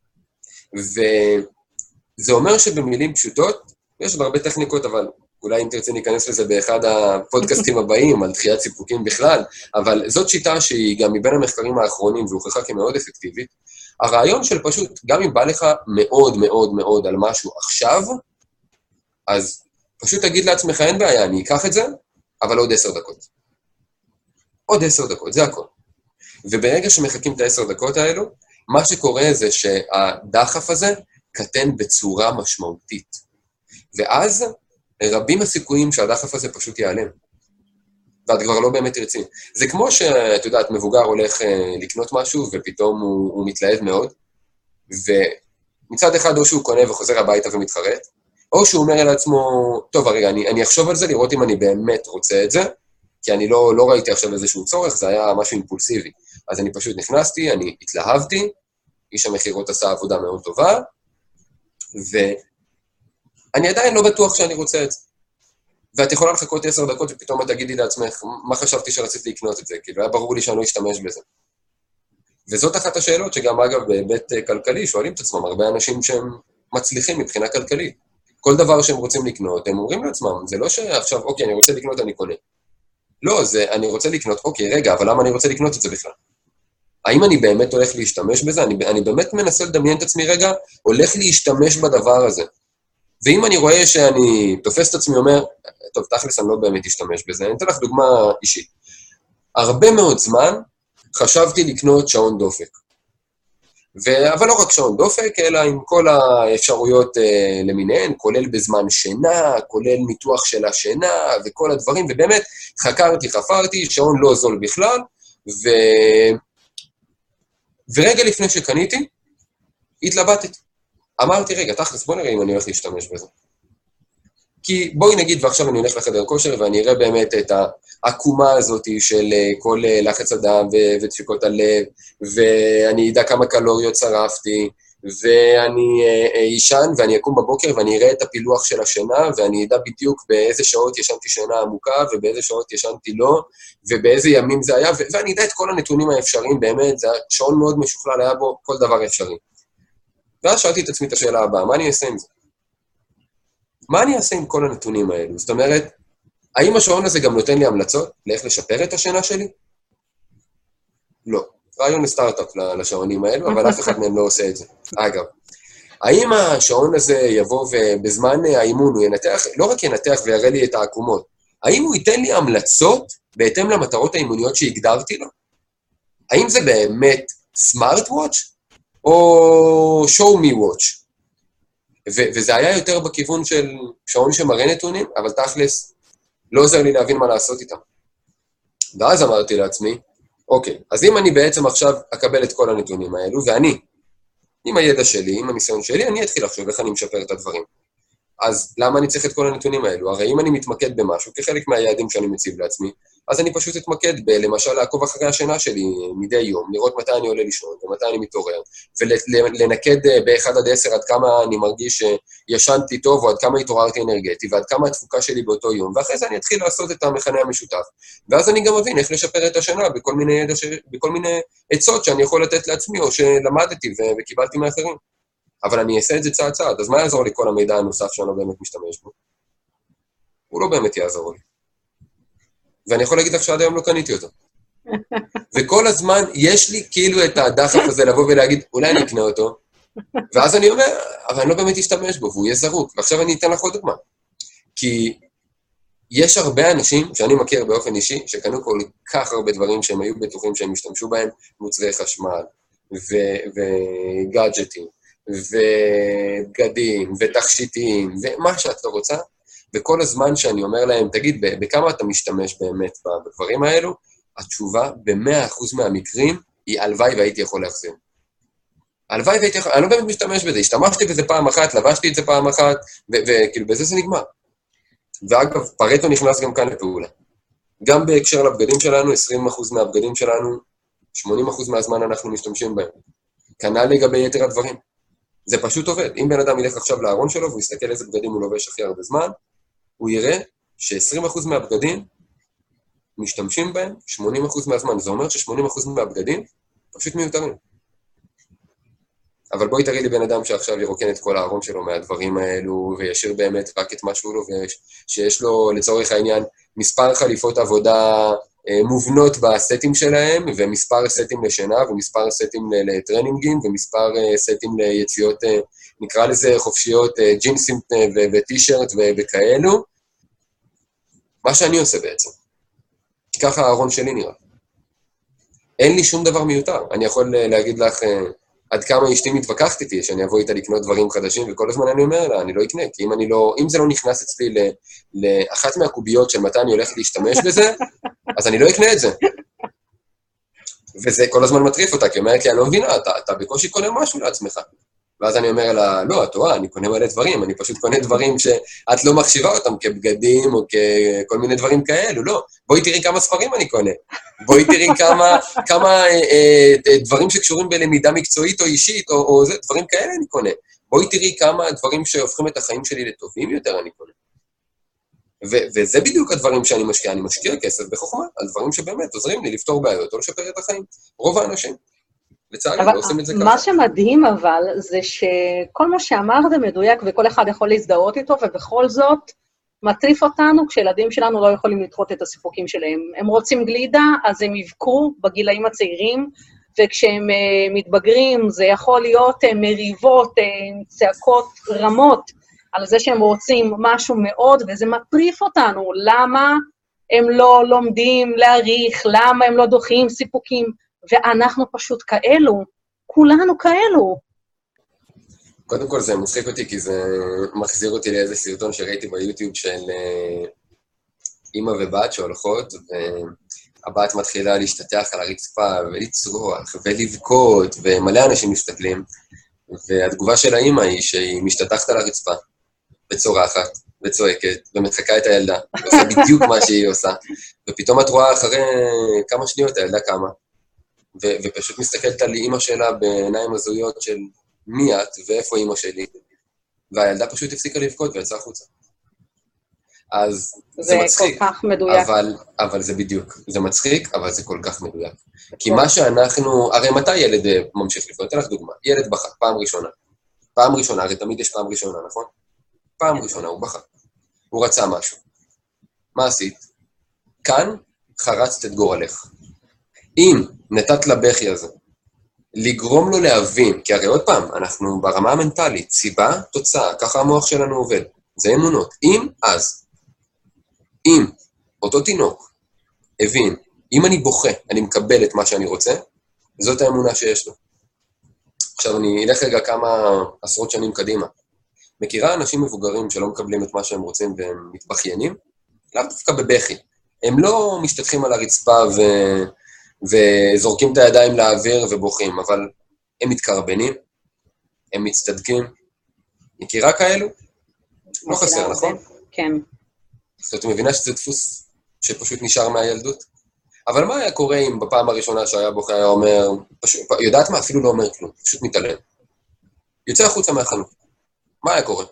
וזה אומר שבמילים פשוטות, יש עוד הרבה טכניקות, אבל אולי אם תרצי ניכנס לזה באחד הפודקאסטים הבאים, על דחיית סיפוקים בכלל, אבל זאת שיטה שהיא גם מבין המחקרים האחרונים, והוכחה כמאוד אפקטיבית. הרעיון של פשוט, גם אם בא לך מאוד מאוד מאוד על משהו עכשיו, אז פשוט תגיד לעצמך, אין בעיה, אני אקח את זה, אבל עוד עשר דקות. עוד עשר דקות, זה הכל. וברגע שמחכים את העשר דקות האלו, מה שקורה זה שהדחף הזה קטן בצורה משמעותית. ואז רבים הסיכויים שהדחף הזה פשוט ייעלם. ואת כבר לא באמת תרצי. זה כמו שאת יודעת, מבוגר הולך לקנות משהו, ופתאום הוא, הוא מתלהב מאוד, ומצד אחד או שהוא קונה וחוזר הביתה ומתחרט, או שהוא אומר אל עצמו, טוב, הרגע, אני, אני אחשוב על זה, לראות אם אני באמת רוצה את זה, כי אני לא, לא ראיתי עכשיו איזשהו צורך, זה היה משהו אימפולסיבי. אז אני פשוט נכנסתי, אני התלהבתי, איש המחירות עשה עבודה מאוד טובה, ואני עדיין לא בטוח שאני רוצה את זה. ואת יכולה לחכות עשר דקות, ופתאום את תגידי לעצמך, מה חשבתי שרציתי לקנות את זה? כאילו, היה ברור לי שאני לא אשתמש בזה. וזאת אחת השאלות שגם, אגב, בהיבט כלכלי, שואלים את עצמם, הרבה אנשים שהם מצליחים מבחינה כלכלית. כל דבר שהם רוצים לקנות, הם אומרים לעצמם, זה לא שעכשיו, אוקיי, אני רוצה לקנות, אני קונה. לא, זה, אני רוצה לקנות, אוקיי, רגע, אבל למה אני רוצה לקנות את זה בכלל? האם אני באמת הולך להשתמש בזה? אני, אני באמת מנסה לדמיין את עצמי רגע, הולך להשתמש בדבר הזה. ואם אני רואה שאני תופס את עצמי, אומר, טוב, תכלס, אני לא באמת אשתמש בזה, אני אתן לך דוגמה אישית. הרבה מאוד זמן חשבתי לקנות שעון דופק. ו... אבל לא רק שעון דופק, אלא עם כל האפשרויות אה, למיניהן, כולל בזמן שינה, כולל ניתוח של השינה וכל הדברים, ובאמת חקרתי, חפרתי, שעון לא זול בכלל, ו... ורגע לפני שקניתי, התלבטתי. אמרתי, רגע, תכלס, בוא נראה אם אני הולך להשתמש בזה. כי בואי נגיד, ועכשיו אני הולך לחדר כושר, ואני אראה באמת את העקומה הזאת של כל לחץ הדם ודפיקות הלב, ואני אדע כמה קלוריות שרפתי, ואני אישן, ואני אקום בבוקר, ואני אראה את הפילוח של השינה, ואני אדע בדיוק באיזה שעות ישנתי שינה עמוקה, ובאיזה שעות ישנתי לא, ובאיזה ימים זה היה, ואני אדע את כל הנתונים האפשריים, באמת, זה שעון מאוד משוכלל, היה בו כל דבר אפשרי. ואז שאלתי את עצמי את השאלה הבאה, מה אני אעשה עם זה? מה אני אעשה עם כל הנתונים האלו? זאת אומרת, האם השעון הזה גם נותן לי המלצות לאיך לשפר את השינה שלי? לא. רעיון לסטארט-אפ לשעונים האלו, אבל אף אחד מהם לא עושה את זה. אגב, האם השעון הזה יבוא ובזמן האימון הוא ינתח, לא רק ינתח ויראה לי את העקומות, האם הוא ייתן לי המלצות בהתאם למטרות האימוניות שהגדרתי לו? האם זה באמת סמארט וואץ' או show me watch? ו- וזה היה יותר בכיוון של שעון שמראה נתונים, אבל תכלס לא עוזר לי להבין מה לעשות איתם. ואז אמרתי לעצמי, אוקיי, אז אם אני בעצם עכשיו אקבל את כל הנתונים האלו, ואני, עם הידע שלי, עם הניסיון שלי, אני אתחיל לחשוב איך אני משפר את הדברים. אז למה אני צריך את כל הנתונים האלו? הרי אם אני מתמקד במשהו, כחלק מהיעדים שאני מציב לעצמי, אז אני פשוט אתמקד ב, למשל, לעקוב אחרי השינה שלי מדי יום, לראות מתי אני עולה לישון ומתי אני מתעורר, ולנקד ב-אחד עד עשר עד כמה אני מרגיש שישנתי טוב, או עד כמה התעוררתי אנרגטי, ועד כמה התפוקה שלי באותו יום, ואחרי זה אני אתחיל לעשות את המכנה המשותף. ואז אני גם מבין איך לשפר את השינה בכל מיני, ידע ש... בכל מיני עצות שאני יכול לתת לעצמי, או שלמדתי ו... וקיבלתי מאחרים. אבל אני אעשה את זה צעד צעד, אז מה יעזור לי כל המידע הנוסף שאני לא באמת משתמש בו? הוא לא באמת יעזור לי. ואני יכול להגיד לך שעד היום לא קניתי אותו. וכל הזמן יש לי כאילו את הדחף הזה לבוא ולהגיד, אולי אני אקנה אותו, ואז אני אומר, אבל אני לא באמת אשתמש בו, והוא יהיה זרוק. ועכשיו אני אתן לך עוד דוגמה. כי יש הרבה אנשים שאני מכיר באופן אישי, שקנו כל כך הרבה דברים שהם היו בטוחים שהם השתמשו בהם, מוצרי חשמל, וגאדג'טים, ובגדים, ותכשיטים, ומה שאת לא רוצה, וכל הזמן שאני אומר להם, תגיד, בכמה אתה משתמש באמת בדברים האלו, התשובה ב-מאה אחוז מהמקרים היא הלוואי והייתי יכול להחזיר. הלוואי והייתי יכול, אני לא באמת משתמש בזה, השתמשתי בזה פעם אחת, לבשתי את זה פעם אחת, וכאילו בזה זה נגמר. ואגב, פרטו נכנס גם כאן לפעולה. גם בהקשר לבגדים שלנו, עשרים אחוז מהבגדים שלנו, שמונים אחוז מהזמן אנחנו משתמשים בהם. כנ"ל לגבי יתר הדברים. זה פשוט עובד. אם בן אדם ילך עכשיו לארון שלו, והוא יסתכל איזה בגדים הוא לובש הכי הרבה זמן, הוא יראה ש-עשרים אחוז מהבגדים משתמשים בהם שמונים אחוז מהזמן. זה אומר ש-שמונים אחוז מהבגדים פשוט מיותרים. אבל בואי תראי לי בן אדם שעכשיו ירוקן את כל הארון שלו מהדברים האלו, וישאיר באמת רק את מה שהוא לובש, שיש לו לצורך העניין מספר חליפות עבודה מובנות בסטים שלהם, ומספר סטים לשינה, ומספר סטים לטרנינגים, ומספר סטים ליציאות, נקרא לזה חופשיות, ג'ינסים וטישרט וכאלו. מה שאני עושה בעצם. כי ככה הארון שלי נראה. אין לי שום דבר מיותר. אני יכול להגיד לך עד כמה אשתי מתווכחת איתי, שאני אבוא איתה לקנות דברים חדשים, וכל הזמן אני אומר לה, אני לא אקנה, כי אם, אני לא, אם זה לא נכנס אצלי לאחת מהקוביות של מתי אני הולך להשתמש בזה, אז אני לא אקנה את זה. וזה כל הזמן מטריף אותה, כי היא אומרת לי, אני לא מבינה, אתה, אתה בקושי קונה משהו לעצמך. ואז אני אומר לה, לא, את טועה, אני קונה מלא דברים, אני פשוט קונה דברים שאת לא מחשיבה אותם כבגדים או ככל מיני דברים כאלו, לא. בואי תראי כמה ספרים אני קונה. בואי תראי כמה, כמה אה, אה, דברים שקשורים בלמידה מקצועית או אישית, או, או זה, דברים כאלה אני קונה. בואי תראי כמה דברים שהופכים את החיים שלי לטובים יותר אני קונה. ו- וזה בדיוק הדברים שאני משקיע, אני משקיע כסף בחוכמה, על דברים שבאמת עוזרים לי לפתור בעיות או לשפר את החיים. רוב האנשים. לצערי, לא עושים את זה ככה. מה שמדהים אבל, זה שכל מה שאמרת מדויק, וכל אחד יכול להזדהות איתו, ובכל זאת מטריף אותנו, כשילדים שלנו לא יכולים לדחות את הסיפוקים שלהם. הם רוצים גלידה, אז הם יבכו בגילאים הצעירים, וכשהם uh, מתבגרים, זה יכול להיות uh, מריבות, uh, צעקות רמות, על זה שהם רוצים משהו מאוד, וזה מטריף אותנו. למה הם לא לומדים להעריך, למה הם לא דוחים סיפוקים, ואנחנו פשוט כאלו, כולנו כאלו. קודם כל זה מצחיק אותי, כי זה מחזיר אותי לאיזה סרטון שראיתי ביוטיוב של אמא ובת שהולכות, והבת מתחילה להשתטח על הרצפה ולצרוח ולבכות, ומלא אנשים מסתכלים, והתגובה של האמא היא שהיא משתטחת על הרצפה, וצורחת, וצועקת, ומחכה את הילדה, ועושה בדיוק מה שהיא עושה, ופתאום את רואה אחרי כמה שניות הילדה קמה, ו- ופשוט מסתכלת על אמא שלה בעיניים הזויות של מי את ואיפה אמא שלי, והילדה פשוט הפסיקה לבכות ויצאה החוצה. אז זה, זה מצחיק, כל כך מדויק. אבל, אבל זה בדיוק, זה מצחיק, אבל זה כל כך מדויק. כי מה שאנחנו, הרי מתי ילד ממשיך לבכות? אתן לך דוגמה, ילד בכה, פעם ראשונה. פעם ראשונה, הרי תמיד יש פעם ראשונה, נכון? פעם ראשונה, הוא בכה. הוא רצה משהו. מה עשית? כאן חרצת את גורלך. אם נתת לבכי הזה לגרום לו להבין, כי הרי עוד פעם, אנחנו ברמה המנטלית, סיבה, תוצאה, ככה המוח שלנו עובד, זה אמונות. אם אז, אם אותו תינוק הבין, אם אני בוכה, אני מקבל את מה שאני רוצה, זאת האמונה שיש לו. עכשיו אני אלך רגע כמה עשרות שנים קדימה. מכירה אנשים מבוגרים שלא מקבלים את מה שהם רוצים והם מתבחיינים? לאו דווקא בבכי. הם לא משתתחים על הרצפה ו... וזורקים את הידיים לאוויר ובוכים, אבל הם מתקרבנים, הם מצטדקים. מכירה כאלו? לא חסר, נכון? כן. זאת מבינה שזה דפוס שפשוט נשאר מהילדות? אבל מה היה קורה אם בפעם הראשונה שהיה בוכה היה אומר, פשוט, יודעת מה? אפילו לא אומר כלום, פשוט מתעלם. יוצא החוצה מהחנות. מה היה קורה?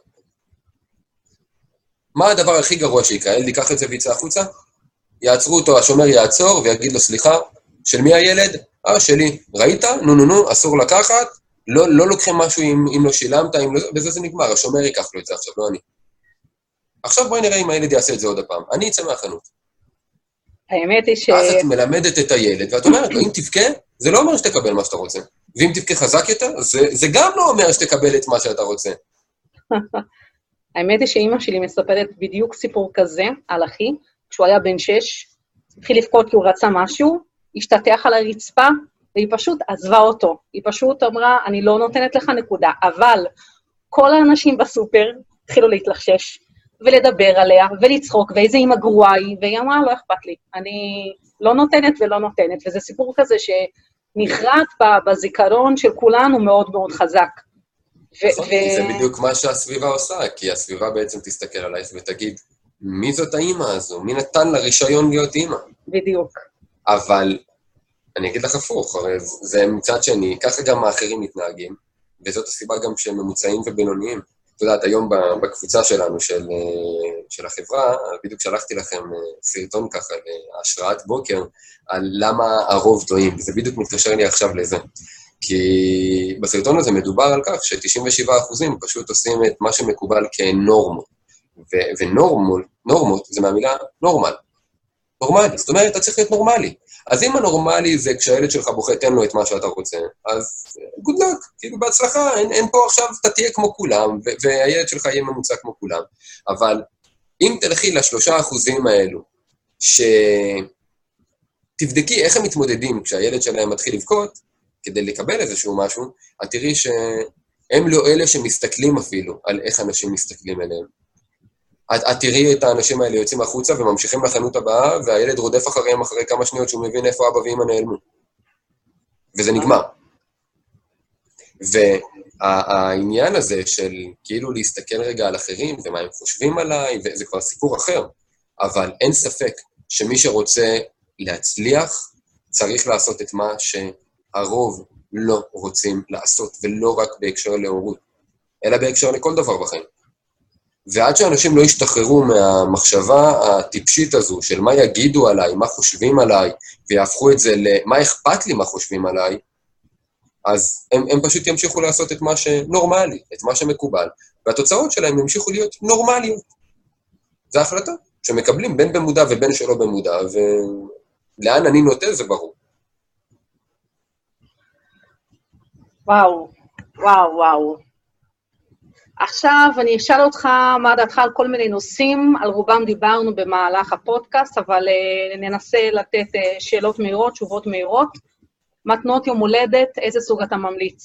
מה הדבר הכי גרוע שיקרה? ילד ייקח את זה ויצא החוצה? יעצרו אותו, השומר יעצור ויגיד לו, סליחה, של מי הילד? אה, שלי. ראית? נו, נו, נו, אסור לקחת, לא, לא לוקחים משהו אם, אם לא שילמת, אם לא... בזה זה נגמר, השומר ייקח לו את זה עכשיו, לא אני. עכשיו בואי נראה אם הילד יעשה את זה עוד הפעם. אני אצא מהחנות. האמת היא ש... אז את מלמדת את הילד, ואת אומרת לו, אם תבכה, זה לא אומר שתקבל מה שאתה רוצה. ואם תבכה חזק יותר, זה, זה גם לא אומר שתקבל את מה שאתה רוצה. האמת היא שאמא שלי מספרת בדיוק סיפור כזה על אחי, כשהוא היה בן שש, התחיל לבכות כי הוא רצה משהו, השתטח על הרצפה, והיא פשוט עזבה אותו. היא פשוט אמרה, אני לא נותנת לך נקודה, אבל כל האנשים בסופר התחילו להתלחשש, ולדבר עליה, ולצחוק, ואיזה אמא גרועה היא, והיא אמרה, לא אכפת לי, אני לא נותנת ולא נותנת, וזה סיפור כזה שנחרט בזיכרון של כולנו מאוד מאוד חזק. זה בדיוק מה שהסביבה עושה, כי הסביבה בעצם תסתכל עלייך ותגיד, מי זאת האמא הזו? מי נתן לה רישיון להיות אמא? בדיוק. אבל אני אגיד לך הפוך, הרי זה מצד שני, ככה גם האחרים מתנהגים, וזאת הסיבה גם שהם ממוצעים ובינוניים. את יודעת, היום בקבוצה שלנו, של, של החברה, בדיוק שלחתי לכם סרטון ככה, להשראת בוקר, על למה הרוב טועים, וזה בדיוק מתקשר לי עכשיו לזה. כי בסרטון הזה מדובר על כך ש-תשעים ושבעה אחוזים פשוט עושים את מה שמקובל כנורמות. ו- ונורמות, נורמות זה מהמילה נורמל. נורמלי, זאת אומרת, אתה צריך להיות נורמלי. אז אם הנורמלי זה כשהילד שלך בוכה, תן לו את מה שאתה רוצה, אז good luck, כאילו בהצלחה, אין, אין פה עכשיו, אתה תהיה כמו כולם, ו- והילד שלך יהיה ממוצע כמו כולם. אבל אם תלכי לשלושה אחוזים האלו, שתבדקי איך הם מתמודדים כשהילד שלהם מתחיל לבכות, כדי לקבל איזשהו משהו, את תראי שהם לא אלה שמסתכלים אפילו על איך אנשים מסתכלים אליהם. את, את תראי את האנשים האלה יוצאים החוצה וממשיכים לחנות הבאה, והילד רודף אחריהם אחרי כמה שניות שהוא מבין איפה אבא ואמא נעלמו. וזה נגמר. והעניין הזה של כאילו להסתכל רגע על אחרים ומה הם חושבים עליי, וזה כבר סיפור אחר, אבל אין ספק שמי שרוצה להצליח צריך לעשות את מה שהרוב לא רוצים לעשות, ולא רק בהקשר להורות, אלא בהקשר לכל דבר בחיים. ועד שאנשים לא ישתחררו מהמחשבה הטיפשית הזו של מה יגידו עליי, מה חושבים עליי, ויהפכו את זה למה אכפת לי מה חושבים עליי, אז הם, הם פשוט ימשיכו לעשות את מה שנורמלי, את מה שמקובל, והתוצאות שלהם ימשיכו להיות נורמליות. זו החלטה שמקבלים בין במודע ובין שלא במודע, ולאן אני נוטה זה ברור. וואו, וואו, וואו. עכשיו אני אשאל אותך מה דעתך על כל מיני נושאים, על רובם דיברנו במהלך הפודקאסט, אבל uh, ננסה לתת uh, שאלות מהירות, תשובות מהירות. מתנות יום הולדת, איזה סוג אתה ממליץ?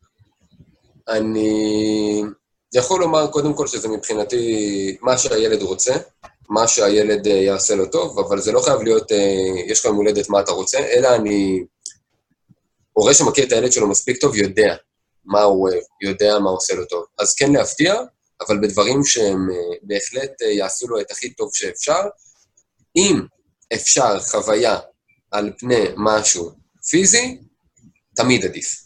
אני יכול לומר קודם כל שזה מבחינתי מה שהילד רוצה, מה שהילד uh, יעשה לו טוב, אבל זה לא חייב להיות, uh, יש לך יום הולדת מה אתה רוצה, אלא אני, הורה שמכיר את הילד שלו מספיק טוב, יודע. מה הוא אוהב, יודע מה עושה לו טוב. אז כן להפתיע, אבל בדברים שהם בהחלט יעשו לו את הכי טוב שאפשר. אם אפשר חוויה על פני משהו פיזי, תמיד עדיף.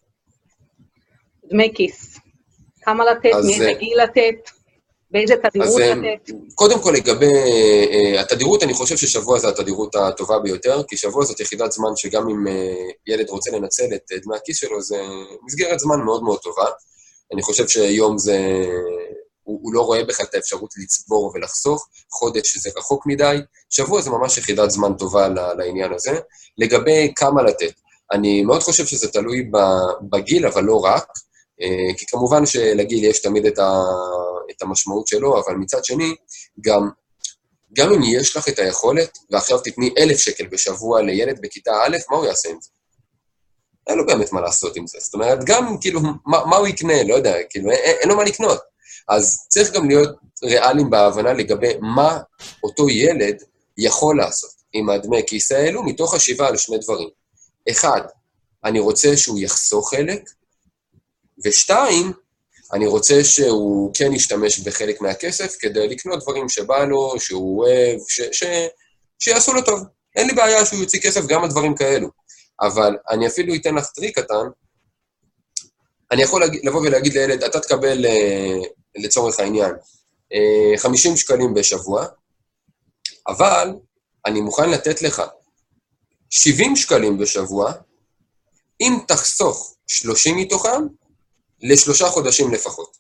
דמי כיס. כמה לתת, מאיזה גיל לתת, באיזה תדירות לתת? קודם כל לגבי uh, התדירות, אני חושב ששבוע זה התדירות הטובה ביותר, כי שבוע זאת יחידת זמן שגם אם uh, ילד רוצה לנצל את uh, דמי הכיס שלו, זה מסגרת זמן מאוד מאוד טובה. אני חושב שיום זה, הוא, הוא לא רואה בכלל את האפשרות לצבור ולחסוך, חודש שזה רחוק מדי, שבוע זה ממש יחידת זמן טובה לעניין הזה. לגבי כמה לתת, אני מאוד חושב שזה תלוי בגיל, אבל לא רק, כי כמובן שלגיל יש תמיד את, ה, את המשמעות שלו, אבל מצד שני, גם, גם אם יש לך את היכולת, ועכשיו תתני אלף שקל בשבוע לילד בכיתה א', מה הוא יעשה עם זה? אין לו באמת מה לעשות עם זה. זאת אומרת, גם כאילו, מה, מה הוא יקנה, לא יודע, כאילו, אין, אין לו מה לקנות. אז צריך גם להיות ריאליים בהבנה לגבי מה אותו ילד יכול לעשות עם הדמי כיס האלו, מתוך חשיבה על שני דברים. אחד, אני רוצה שהוא יחסוך חלק, ושתיים, אני רוצה שהוא כן ישתמש בחלק מהכסף כדי לקנות דברים שבא לו, שהוא אוהב, ש, ש, שיעשו לו טוב. אין לי בעיה שהוא יוציא כסף גם על דברים כאלו. אבל אני אפילו אתן לך טריק קטן, אני יכול לבוא ולהגיד לילד, אתה תקבל לצורך העניין חמישים שקלים בשבוע, אבל אני מוכן לתת לך שבעים שקלים בשבוע, אם תחסוך שלושים מתוכם, לשלושה חודשים לפחות.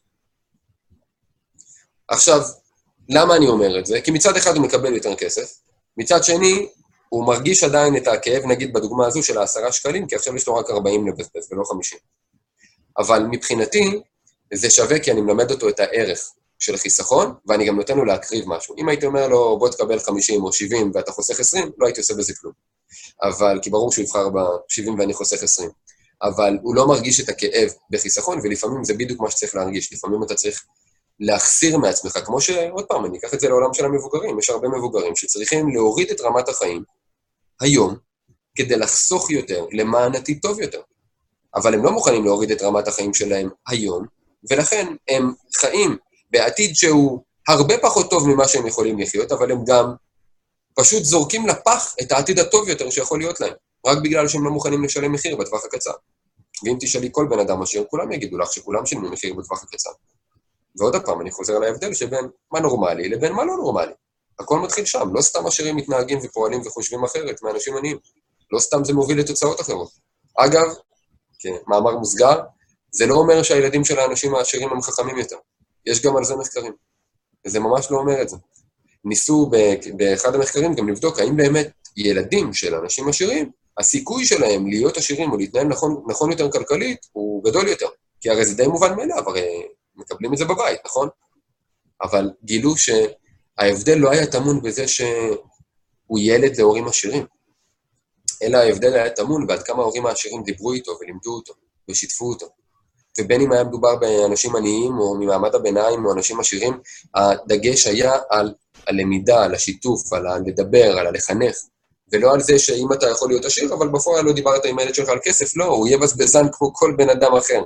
עכשיו, למה אני אומר את זה? כי מצד אחד הוא מקבל יותר כסף, מצד שני, הוא מרגיש עדיין את הכאב, נגיד בדוגמה הזו של העשרה שקלים, כי עכשיו יש לו רק ארבעים לבזבז ולא חמישים. אבל מבחינתי, זה שווה כי אני מלמד אותו את הערך של חיסכון, ואני גם נותן לו להקריב משהו. אם הייתי אומר לו, בוא תקבל חמישים או שבעים ואתה חוסך עשרים, לא הייתי עושה בזה כלום. אבל, כי ברור שהוא יבחר ב-שבעים ואני חוסך עשרים. אבל הוא לא מרגיש את הכאב בחיסכון, ולפעמים זה בדיוק מה שצריך להרגיש. לפעמים אתה צריך להחסיר מעצמך, כמו שעוד פעם, אני אקח את זה לעולם של המבוגרים. יש הרבה מבוגרים שצריכים להוריד את רמת החיים היום, כדי לחסוך יותר, למען עתיד טוב יותר. אבל הם לא מוכנים להוריד את רמת החיים שלהם היום, ולכן הם חיים בעתיד שהוא הרבה פחות טוב ממה שהם יכולים לחיות, אבל הם גם פשוט זורקים לפח את העתיד הטוב יותר שיכול להיות להם, רק בגלל שהם לא מוכנים לשלם מחיר בטווח הקצר. ואם תשאלי כל בן אדם אשר, כולם יגידו לך שכולם שילמו מחיר בטווח הקצר. ועוד הפעם אני חוזר להבדל שבין מה נורמלי לבין מה לא נורמלי. הכל מתחיל שם, לא סתם אשרים מתנהגים ופועלים וחושבים אחרת מאנשים עניים. לא סתם זה מוביל לתוצאות אחרות. אגב, כמאמר מוסגר, זה לא אומר שהילדים של האנשים העשירים הם חכמים יותר. יש גם על זה מחקרים. וזה ממש לא אומר את זה. ניסו באחד המחקרים גם לבדוק האם באמת ילדים של אנשים עשירים, הסיכוי שלהם להיות עשירים או להתנהל נכון, נכון יותר כלכלית הוא גדול יותר. כי הרי זה די מובן מאליו, הרי מקבלים את זה בבית, נכון? אבל גילו שההבדל לא היה טמון בזה שהוא ילד להורים עשירים. אלא ההבדל היה טמון בעד כמה ההורים העשירים דיברו איתו ולימדו אותו ושיתפו אותו. ובין אם היה מדובר באנשים עניים או ממעמד הביניים או אנשים עשירים, הדגש היה על הלמידה, על השיתוף, על הלדבר, על הלחנך, ולא על זה שאם אתה יכול להיות עשיר, אבל בפועל לא דיברת עם הילד שלך על כסף, לא, הוא יהיה בזבזן כמו כל בן אדם אחר.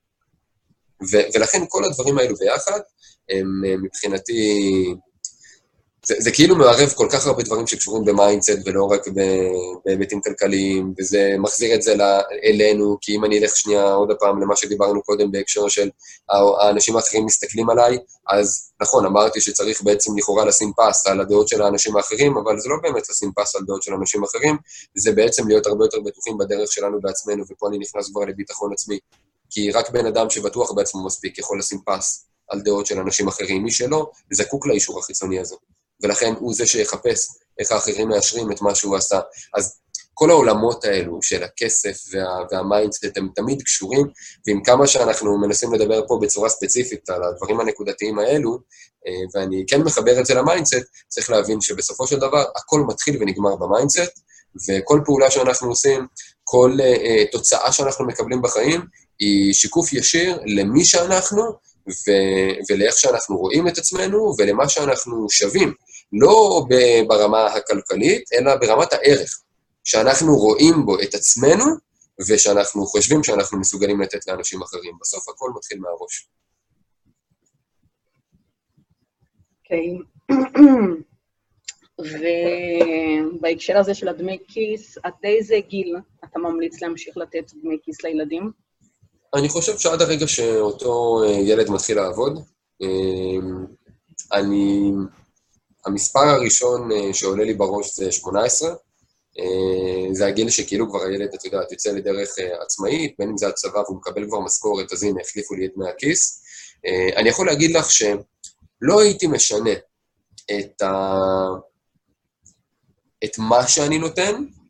ו- ולכן כל הדברים האלו ביחד, הם מבחינתי, זה, זה כאילו מערב כל כך הרבה דברים שקשורים במיינדסט, ולא רק בהיבטים כלכליים, וזה מחזיר את זה אלינו, כי אם אני אלך שנייה עוד הפעם למה שדיברנו קודם בהקשר של האנשים האחרים מסתכלים עליי, אז נכון, אמרתי שצריך בעצם לכאורה לשים פס על הדעות של האנשים האחרים, אבל זה לא באמת לשים פס על דעות של אנשים אחרים, זה בעצם להיות הרבה יותר בטוחים בדרך שלנו בעצמנו, ופה אני נכנס כבר לביטחון עצמי, כי רק בן אדם שבטוח בעצמו מספיק יכול לשים פס על דעות של אנשים אחרים, מי שלא, זקוק לאישור החיצוני הזה. ולכן הוא זה שיחפש איך האחרים מאשרים את מה שהוא עשה. אז כל העולמות האלו של הכסף וה, והמיינדסט הם תמיד קשורים, ועם כמה שאנחנו מנסים לדבר פה בצורה ספציפית על הדברים הנקודתיים האלו, ואני כן מחבר את זה למיינדסט, צריך להבין שבסופו של דבר הכל מתחיל ונגמר במיינדסט, וכל פעולה שאנחנו עושים, כל uh, תוצאה שאנחנו מקבלים בחיים, היא שיקוף ישיר למי שאנחנו, ו- ולאיך שאנחנו רואים את עצמנו, ולמה שאנחנו שווים, לא ברמה הכלכלית, אלא ברמת הערך, שאנחנו רואים בו את עצמנו, ושאנחנו חושבים שאנחנו מסוגלים לתת לאנשים אחרים. בסוף הכל מתחיל מהראש. אוקיי. ובהקשר הזה של הדמי כיס, עד איזה גיל אתה ממליץ להמשיך לתת דמי כיס לילדים? אני חושב שעד הרגע שאותו ילד מתחיל לעבוד, אני, המספר הראשון שעולה לי בראש זה שמונה עשרה, זה הגיל שכאילו כבר הילד, אתה יודע, יוצא לדרך עצמאית, בין אם זה הצבא והוא מקבל כבר משכורת, אז הנה, החליפו לי את דמי הכיס. אני יכול להגיד לך שלא הייתי משנה את, ה... את מה שאני נותן,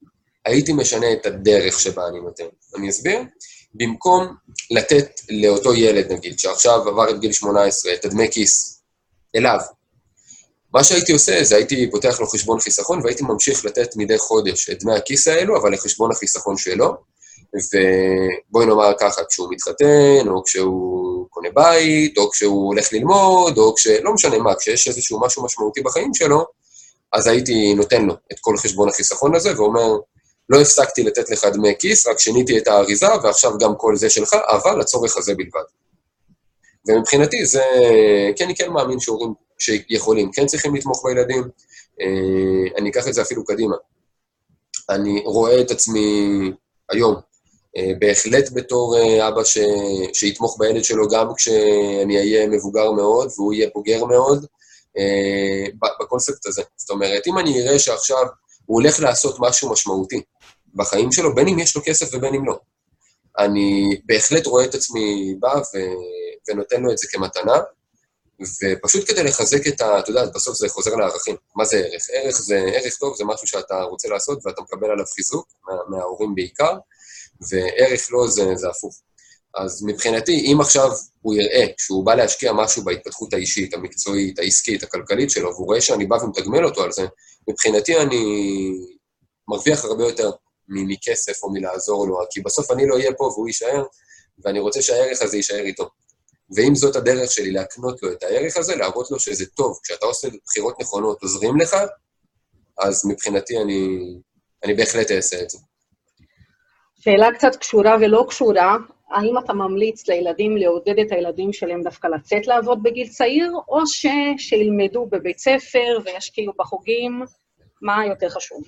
הייתי משנה את הדרך שבה אני נותן. אני אסביר? במקום לתת לאותו ילד, נגיד, שעכשיו עבר את גיל שמונה עשרה, את הדמי כיס, אליו. מה שהייתי עושה זה הייתי פותח לו חשבון חיסכון, והייתי ממשיך לתת מדי חודש את דמי הכיס האלו, אבל לחשבון החיסכון שלו, ובואי נאמר ככה, כשהוא מתחתן, או כשהוא קונה בית, או כשהוא הולך ללמוד, או כשלא משנה מה, כשיש איזשהו משהו משמעותי בחיים שלו, אז הייתי נותן לו את כל חשבון החיסכון הזה, ואומר, לא הפסקתי לתת לך דמי כיס, רק שיניתי את האריזה, ועכשיו גם כל זה שלך, אבל לצורך הזה בלבד. ומבחינתי זה, כן, אני כן מאמין שהורים שיכולים, כן צריכים לתמוך בילדים, אני אקח את זה אפילו קדימה. אני רואה את עצמי היום, בהחלט בתור אבא ש... שיתמוך בילד שלו גם כשאני אהיה מבוגר מאוד, והוא יהיה בוגר מאוד, בקונספט הזה. זאת אומרת, אם אני אראה שעכשיו הוא הולך לעשות משהו משמעותי בחיים שלו, בין אם יש לו כסף ובין אם לא. אני בהחלט רואה את עצמי בא ו... ונותן לו את זה כמתנה, ופשוט כדי לחזק את ה... אתה יודע, בסוף זה חוזר לערכים. מה זה ערך? ערך זה, ערך טוב זה משהו שאתה רוצה לעשות, ואתה מקבל עליו חיזוק, מה, מההורים בעיקר, וערך לא זה, זה הפוך. אז מבחינתי, אם עכשיו הוא יראה שהוא בא להשקיע משהו בהתפתחות האישית, המקצועית, העסקית, הכלכלית שלו, והוא רואה שאני בא ומתגמל אותו על זה, מבחינתי אני מרוויח הרבה יותר מכסף או מלעזור לו, כי בסוף אני לא אהיה פה והוא יישאר, ואני רוצה שהערך הזה יישאר איתו. ואם זאת הדרך שלי להקנות לו את הערך הזה, להראות לו שזה טוב, כשאתה עושה בחירות נכונות, עוזרים לך, אז מבחינתי אני, אני בהחלט אעשה את זה. שאלה קצת קשורה ולא קשורה, האם אתה ממליץ לילדים לעודד את הילדים שלהם דווקא לצאת לעבוד בגיל צעיר, או ש... שילמדו בבית ספר וישקיעו בחוגים, מה יותר חשוב?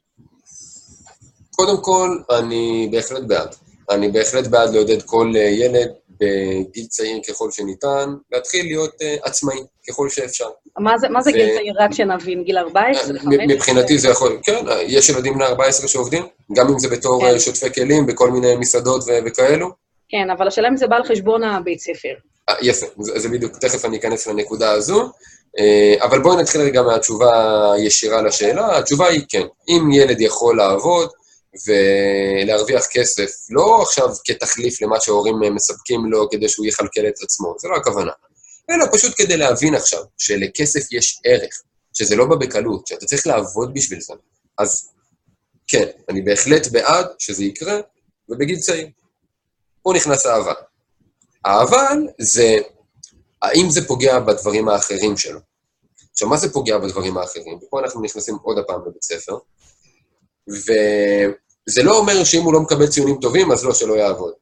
קודם כל, אני בהחלט בעד. אני בהחלט בעד לעודד כל ילד בגיל צעיר ככל שניתן, להתחיל להיות uh, עצמאי ככל שאפשר. מה זה, מה זה ו... גיל צעיר רק שנבין? גיל ארבע עשרה? מבחינתי זה יכול, כן, יש ילדים בני ארבע עשרה שעובדים, גם אם זה בתור כן. שוטפי כלים, בכל מיני מסעדות ו- וכאלו. כן, אבל השאלה אם זה בא על חשבון הבית ספר. 아, יפה, זה, זה בדיוק, תכף אני אכנס לנקודה הזו, אבל בואי נתחיל רגע מהתשובה הישירה לשאלה. התשובה היא כן, אם ילד יכול לעבוד, ולהרוויח כסף, לא עכשיו כתחליף למה שההורים מספקים לו כדי שהוא יחלקל את עצמו, זה לא הכוונה. אלא פשוט כדי להבין עכשיו שלכסף יש ערך, שזה לא בא בקלות, שאתה צריך לעבוד בשביל זה. אז כן, אני בהחלט בעד שזה יקרה, ובגיל צעיר. פה נכנס האבל. האבל זה, האם זה פוגע בדברים האחרים שלו? עכשיו, מה זה פוגע בדברים האחרים? ופה אנחנו נכנסים עוד הפעם לבית ספר, וזה לא אומר שאם הוא לא מקבל ציונים טובים, אז לא, שלא יעבוד.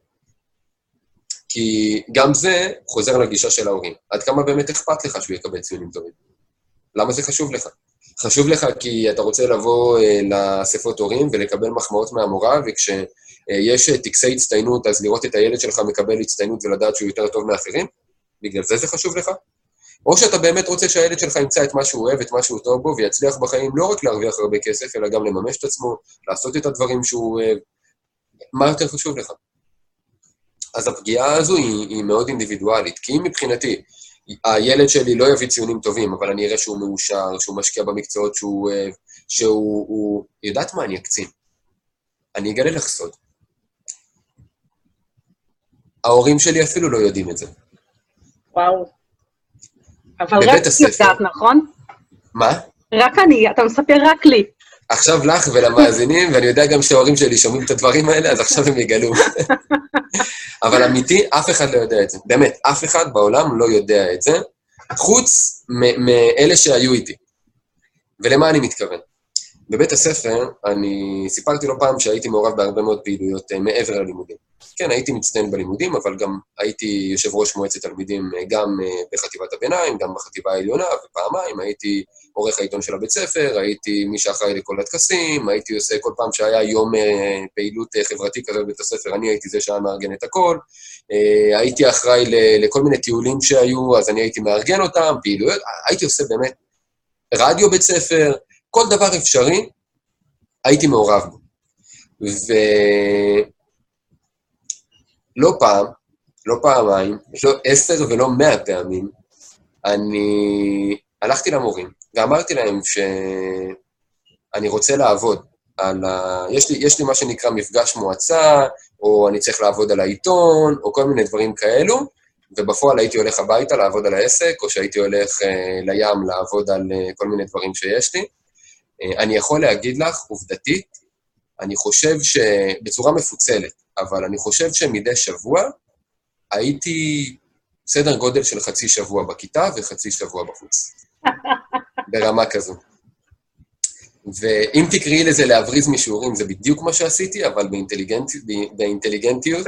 כי גם זה חוזר לגישה של ההורים. עד כמה באמת אכפת לך שהוא יקבל ציונים טובים? למה זה חשוב לך? חשוב לך כי אתה רוצה לבוא לאספות הורים ולקבל מחמאות מהמורה, וכשיש טקסי הצטיינות, אז לראות את הילד שלך מקבל הצטיינות ולדעת שהוא יותר טוב מאחרים? בגלל זה זה חשוב לך? או שאתה באמת רוצה שהילד שלך ימצא את מה שהוא אוהב, את מה שהוא טוב בו, ויצליח בחיים לא רק להרוויח הרבה כסף, אלא גם לממש את עצמו, לעשות את הדברים שהוא אוהב. מה יותר חשוב לך? אז הפגיעה הזו היא, היא מאוד אינדיבידואלית, כי אם מבחינתי, הילד שלי לא יביא ציונים טובים, אבל אני אראה שהוא מאושר, שהוא משקיע במקצועות שהוא אוהב, שהוא... הוא... יודעת מה? אני אקצין. אני אגלה לך סוד. ההורים שלי אפילו לא יודעים את זה. וואו. אבל רק יודעת, נכון? מה? רק אני, אתה מספר רק לי. עכשיו לך ולמאזינים, ואני יודע גם שההורים שלי שומעים את הדברים האלה, אז עכשיו הם יגלו. אבל אמיתי, אף אחד לא יודע את זה. באמת, אף אחד בעולם לא יודע את זה, חוץ מאלה שהיו איתי. ולמה אני מתכוון? בבית הספר, אני סיפרתי לו פעם שהייתי מעורב בהרבה מאוד פעילויות מעבר ללימודים. כן, הייתי מצטיין בלימודים, אבל גם הייתי יושב ראש מועצת תלמידים גם בחטיבת הביניים, גם בחטיבה העליונה, ופעמיים הייתי עורך העיתון של הבית ספר, הייתי מי שאחראי לכל הטקסים, הייתי עושה כל פעם שהיה יום פעילות חברתי כזה בבית הספר, אני הייתי זה שהיה מארגן את הכל, הייתי אחראי לכל מיני טיולים שהיו, אז אני הייתי מארגן אותם, פעילויות, הייתי עושה באמת רדיו בית ספר, כל דבר אפשרי, הייתי מעורב בו. ולא פעם, לא פעמיים, לא עשר ולא מאה פעמים, אני הלכתי למורים, ואמרתי להם שאני רוצה לעבוד, על ה... יש לי, יש לי מה שנקרא מפגש מועצה, או אני צריך לעבוד על העיתון, או כל מיני דברים כאלו, ובפועל הייתי הולך הביתה לעבוד על העסק, או שהייתי הולך אה, לים לעבוד על אה, כל מיני דברים שיש לי. אה, אני יכול להגיד לך, עובדתית, אני חושב שבצורה מפוצלת, אבל אני חושב שמדי שבוע הייתי סדר גודל של חצי שבוע בכיתה וחצי שבוע בחוץ. ברמה כזו. ואם תקראי לזה להבריז משיעורים, זה בדיוק מה שעשיתי, אבל באינטליגנט, באינטליגנטיות.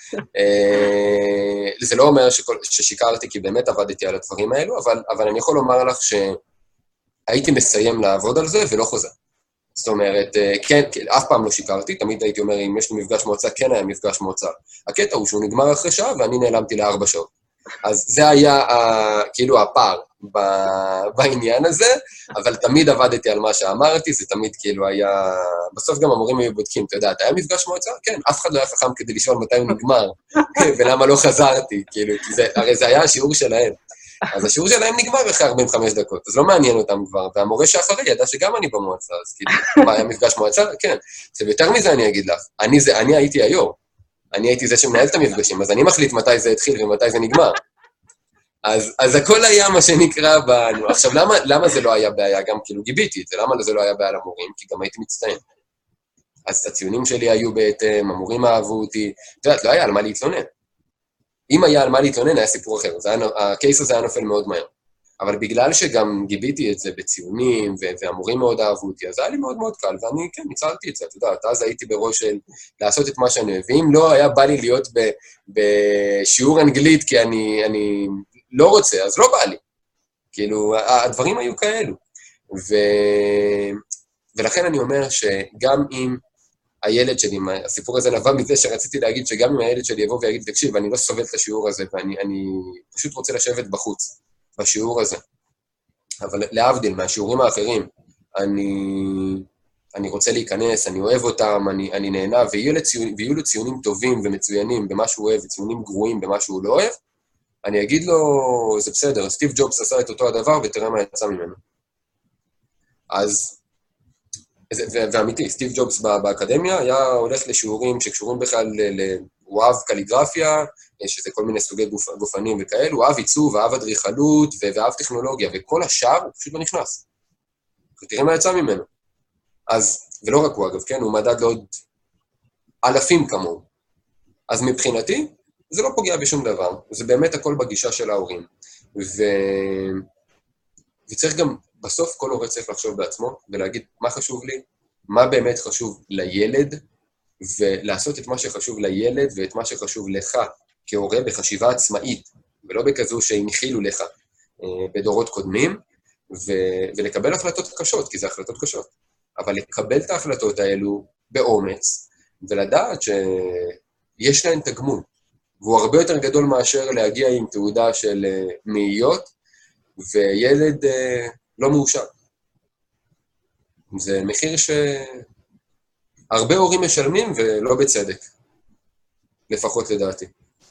זה לא אומר שכל, ששיקרתי, כי באמת עבדתי על הדברים האלו, אבל, אבל אני יכול לומר לך שהייתי מסיים לעבוד על זה ולא חוזר. זאת אומרת, כן, אף פעם לא שיקרתי, תמיד הייתי אומר, אם יש לי מפגש מועצה, כן היה מפגש מועצה. הקטע הוא שהוא נגמר אחרי שעה, ואני נעלמתי לארבע שעות. אז זה היה כאילו הפער בעניין הזה, אבל תמיד עבדתי על מה שאמרתי, זה תמיד כאילו היה... בסוף גם המורים היו בודקים, אתה יודע, אתה היה מפגש מועצה? כן, אף אחד לא היה חכם כדי לשאול מתי הוא נגמר, ולמה לא חזרתי, כאילו, כי זה, הרי זה היה השיעור שלהם. אז השיעור שלהם נגמר אחרי ארבעים וחמש דקות, אז לא מעניין אותם כבר, והמורה שאחרי ידע שגם אני במועצה, אז כאילו, מה, היה מפגש מועצה? כן. עכשיו, יותר מזה אני אגיד לך, אני, זה, אני הייתי היו"ר, אני הייתי זה שמנהל את המפגשים, אז אני מחליט מתי זה התחיל ומתי זה נגמר. אז, אז הכל היה מה שנקרא בנו. עכשיו, למה, למה זה לא היה בעיה? גם כאילו גיביתי את זה, למה זה לא היה בעיה למורים? כי גם הייתי מצטיין. אז הציונים שלי היו בהתאם, המורים אהבו אותי, אתה יודעת, לא היה על מה להתלונן. אם היה על מה להתלונן, היה סיפור אחר. זה היה, הקייס הזה היה נופל מאוד מהר. אבל בגלל שגם גיביתי את זה בציונים, והמורים מאוד אהבו אותי, אז היה לי מאוד מאוד קל, ואני, כן, ניצלתי את זה, אתה יודע, אז הייתי בראש של לעשות את מה שאני אוהב, ואם לא היה בא לי להיות ב, בשיעור אנגלית, כי אני, אני לא רוצה, אז לא בא לי. כאילו, הדברים היו כאלו. ו... ולכן אני אומר שגם אם הילד שלי, הסיפור הזה נבע מזה שרציתי להגיד שגם אם הילד שלי יבוא ויגיד, תקשיב, אני לא סובל את השיעור הזה, ואני אני פשוט רוצה לשבת בחוץ. בשיעור הזה. אבל להבדיל מהשיעורים האחרים, אני, אני רוצה להיכנס, אני אוהב אותם, אני, אני נהנה, ויהיו לו, ציונים, ויהיו לו ציונים טובים ומצוינים במה שהוא אוהב, וציונים גרועים במה שהוא לא אוהב, אני אגיד לו, זה בסדר, סטיב ג'ובס עשה את אותו הדבר, ותראה מה יצא ממנו. אז, ואמיתי, סטיב ג'ובס באקדמיה היה הולך לשיעורים שקשורים בכלל ל... הוא אהב קליגרפיה, שזה כל מיני סוגי גופ, גופנים וכאלו, הוא אהב עיצוב, אהב אדריכלות, ואהב טכנולוגיה, וכל השאר הוא פשוט לא נכנס. תראה מה יצא ממנו. אז, ולא רק הוא אגב, כן, הוא מדד לעוד אלפים כמוהו. אז מבחינתי, זה לא פוגע בשום דבר, זה באמת הכל בגישה של ההורים. ו... וצריך גם, בסוף כל הורה צריך לחשוב בעצמו, ולהגיד מה חשוב לי, מה באמת חשוב לילד, ולעשות את מה שחשוב לילד ואת מה שחשוב לך כהורה בחשיבה עצמאית, ולא בכזו שהנחילו לך בדורות קודמים, ו- ולקבל החלטות קשות, כי זה החלטות קשות. אבל לקבל את ההחלטות האלו באומץ, ולדעת שיש להן תגמול, והוא הרבה יותר גדול מאשר להגיע עם תעודה של מאיות, וילד לא מאושר. זה מחיר ש... הרבה הורים משלמים ולא בצדק, לפחות לדעתי.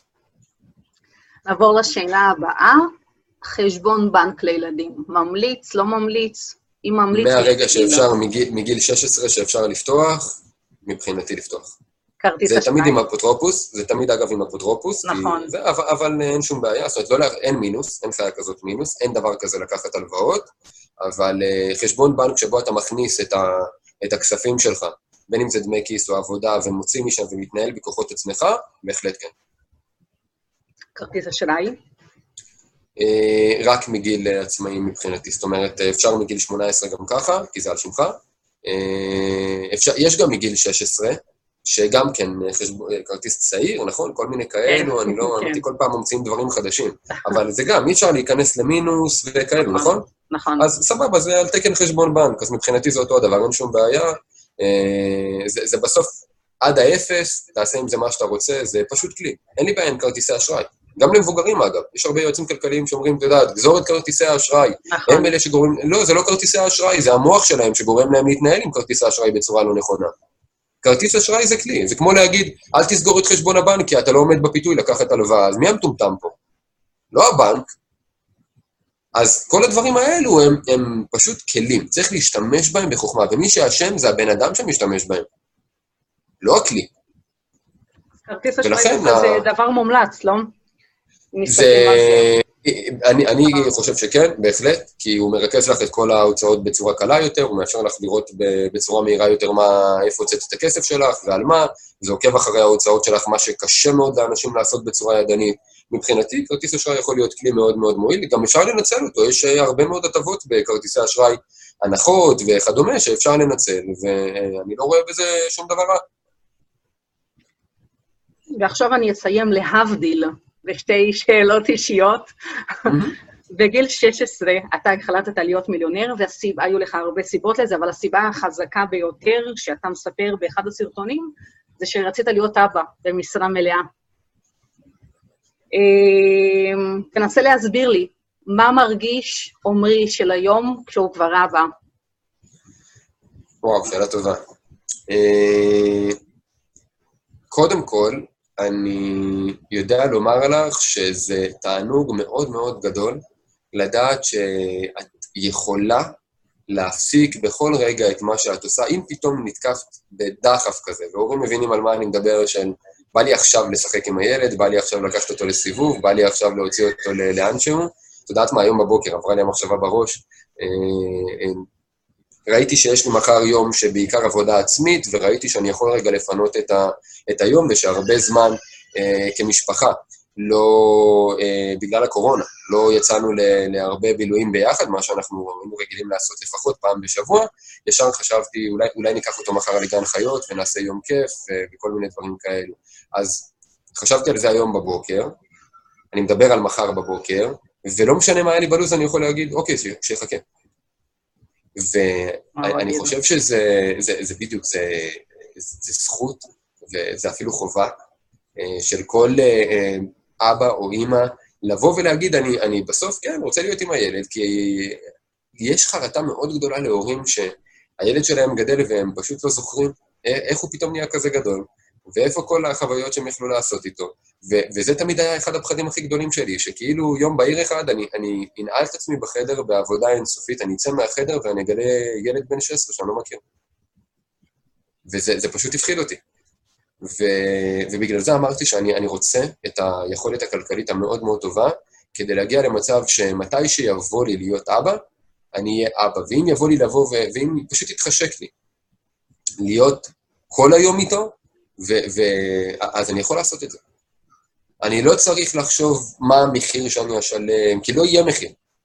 נעבור לשאלה הבאה, חשבון בנק לילדים, ממליץ, לא ממליץ, אם ממליץ... מהרגע שאפשר, מגיל, מגיל שש עשרה שאפשר לפתוח, מבחינתי לפתוח. כרטיס אשראי. זה תמיד עם אפוטרופוס, זה תמיד אגב עם אפוטרופוס, נכון. זה, אבל, אבל אין שום בעיה, זאת אומרת, לא, אין מינוס, אין חיה כזאת מינוס, אין דבר כזה לקחת הלוואות, אבל חשבון בנק שבו אתה מכניס את, ה, את הכספים שלך, בין אם זה דמי כיס או עבודה, ומוציא משם ומתנהל בכוחות עצמך, בהחלט כן. כרטיס אשראי? רק מגיל עצמאי מבחינתי, זאת אומרת, אפשר מגיל שמונה עשרה גם ככה, כי זה על שמך. אפשר, יש גם מגיל שש עשרה, שגם כן חשבון, כרטיס צעיר, נכון? כל מיני כאלו, אני לא, אמרתי כל פעם ממציאים דברים חדשים. אבל זה גם, אי אפשר להיכנס למינוס וכאלו, נכון? נכון. אז סבבה, זה על תקן חשבון בנק, אז מבחינתי זה אותו הדבר, אין שום בעיה. זה, זה בסוף, עד האפס, תעשה עם זה מה שאתה רוצה, זה פשוט כלי. אין לי בעיה עם כרטיסי אשראי. גם למבוגרים, אגב. יש הרבה יועצים כלכליים שאומרים, אתה יודע, גזור את כרטיסי האשראי. נכון. הם אלה שגורמים... לא, זה לא כרטיסי האשראי, זה המוח שלהם שגורם להם להתנהל עם כרטיסי האשראי בצורה לא נכונה. כרטיס אשראי זה כלי. זה כמו להגיד, אל תסגור את חשבון הבנק, כי אתה לא עומד בפיתוי לקחת הלוואה. אז מי המטומטם פה? לא הבנק. אז כל הדברים האלו הם, הם פשוט כלים, צריך להשתמש בהם בחוכמה, ומי שהשם זה הבן אדם שמשתמש בהם, לא הכלי. כרטיס אשראי זה דבר מומלץ, לא? זה... אני, אני חושב שכן, בהחלט, כי הוא מרכז לך את כל ההוצאות בצורה קלה יותר, הוא מאפשר לך לראות בצורה מהירה יותר מה, איפה הוצאת את הכסף שלך ועל מה, זה עוקב אחרי ההוצאות שלך, מה שקשה מאוד לאנשים לעשות בצורה ידנית. מבחינתי, כרטיס אשראי יכול להיות כלי מאוד מאוד מועיל, גם אפשר לנצל אותו, יש הרבה מאוד הטבות בכרטיסי אשראי, הנחות וכדומה שאפשר לנצל, ואני לא רואה בזה שום דבר רע. ועכשיו אני אסיים להבדיל בשתי שאלות אישיות. בגיל שש עשרה אתה החלטת להיות מיליונר, והיו לך הרבה סיבות לזה, אבל הסיבה החזקה ביותר שאתה מספר באחד הסרטונים, זה שרצית להיות אבא במשרה מלאה. תנסה להסביר לי, מה מרגיש עומרי של היום כשהוא כבר אבא? וואו, שאלה טובה. קודם כל, אני יודע לומר לך שזה תענוג מאוד מאוד גדול, לדעת שאת יכולה להפסיק בכל רגע את מה שאת עושה, אם פתאום נתקפת בדחף כזה, והורים מבינים על מה אני מדבר, של בא לי עכשיו לשחק עם הילד, בא לי עכשיו לקחת אותו לסיבוב, בא לי עכשיו להוציא אותו לאן שהוא, את יודעת מה, היום בבוקר עברה לי המחשבה בראש, ראיתי שיש לי מחר יום שבעיקר עבודה עצמית, וראיתי שאני יכול רגע לפנות את, ה, את היום, ושהרבה זמן אה, כמשפחה, לא, אה, בגלל הקורונה, לא יצאנו ל, להרבה בילויים ביחד, מה שאנחנו היינו רגילים לעשות לפחות פעם בשבוע, ישר חשבתי, אולי, אולי ניקח אותו מחר על גן חיות, ונעשה יום כיף, וכל מיני דברים כאלו. אז חשבתי על זה היום בבוקר, אני מדבר על מחר בבוקר, ולא משנה מה היה לי בלוז, אני יכול להגיד, אוקיי, שיחכה. ואני חושב שזה זה, זה בדיוק, זה, זה זכות, וזה אפילו חובה, של כל אבא או אמא, לבוא ולהגיד, אני, אני בסוף, כן, רוצה להיות עם הילד, כי יש חרטה מאוד גדולה להורים שהילד שלהם גדל, והם פשוט לא זוכרים איך הוא פתאום נהיה כזה גדול, ואיפה כל החוויות שהם יכלו לעשות איתו. ו- וזה תמיד היה אחד הפחדים הכי גדולים שלי, שכאילו יום בהיר אחד אני, אני אנעל את עצמי בחדר בעבודה אינסופית, אני אצא מהחדר ואני אגלה ילד בן שש עשרה שאני לא מכיר. וזה זה פשוט הפחיד אותי. ו- ובגלל זה אמרתי שאני אני רוצה את היכולת הכלכלית המאוד מאוד טובה, כדי להגיע למצב שמתי שיבוא לי להיות אבא, אני אהיה אבא. ואם יבוא לי לבוא, ו- ואם פשוט יתחשק לי, להיות כל היום איתו, ו- ו- אז אני יכול לעשות את זה. אני לא צריך לחשוב מה המחיר שאני אשלם, כי לא יהיה מחיר.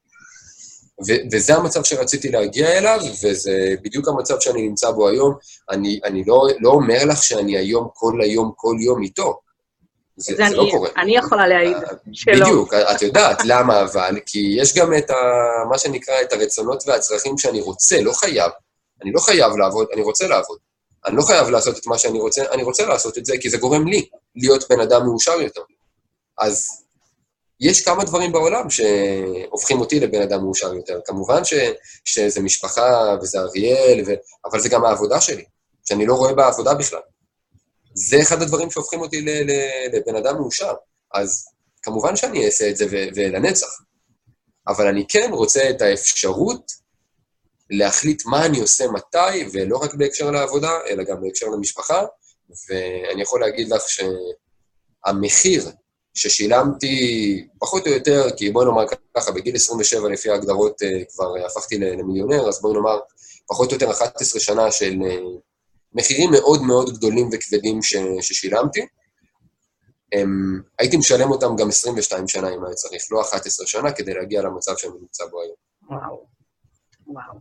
ו- וזה המצב שרציתי להגיע אליו, וזה בדיוק המצב שאני נמצא בו היום. אני, אני לא, לא אומר לך שאני היום, כל היום, כל יום איתו. זה, זה, זה לא קורה. אני יכולה להעיד שלא. בדיוק, את יודעת למה אבל, כי יש גם את ה, מה שנקרא, את הרצונות והצרכים שאני רוצה, לא חייב. אני לא חייב לעבוד, אני רוצה לעבוד. אני לא חייב לעשות את מה שאני רוצה, אני רוצה לעשות את זה, כי זה גורם לי להיות בן אדם מאושר יותר. אז יש כמה דברים בעולם שהופכים אותי לבן אדם מאושר יותר. כמובן ש, שזה משפחה וזה אריאל, ו, אבל זה גם העבודה שלי, שאני לא רואה בעבודה בכלל. זה אחד הדברים שהופכים אותי ל, ל, לבן אדם מאושר. אז כמובן שאני אעשה את זה ו, ולנצח. אבל אני כן רוצה את האפשרות להחליט מה אני עושה מתי, ולא רק בהקשר לעבודה, אלא גם בהקשר למשפחה. ואני יכול להגיד לך שהמחיר ששילמתי פחות או יותר, כי בואי נאמר ככה, בגיל עשרים ושבע לפי ההגדרות כבר הפכתי למיליונר, אז בואי נאמר פחות או יותר אחת עשרה שנה של מחירים מאוד מאוד גדולים וכבדים ששילמתי, הייתי משלם אותם גם עשרים ושתיים שנה אם היה צריך, לא אחת עשרה שנה, כדי להגיע למצב שאני נמצא בו היום. וואו, וואו.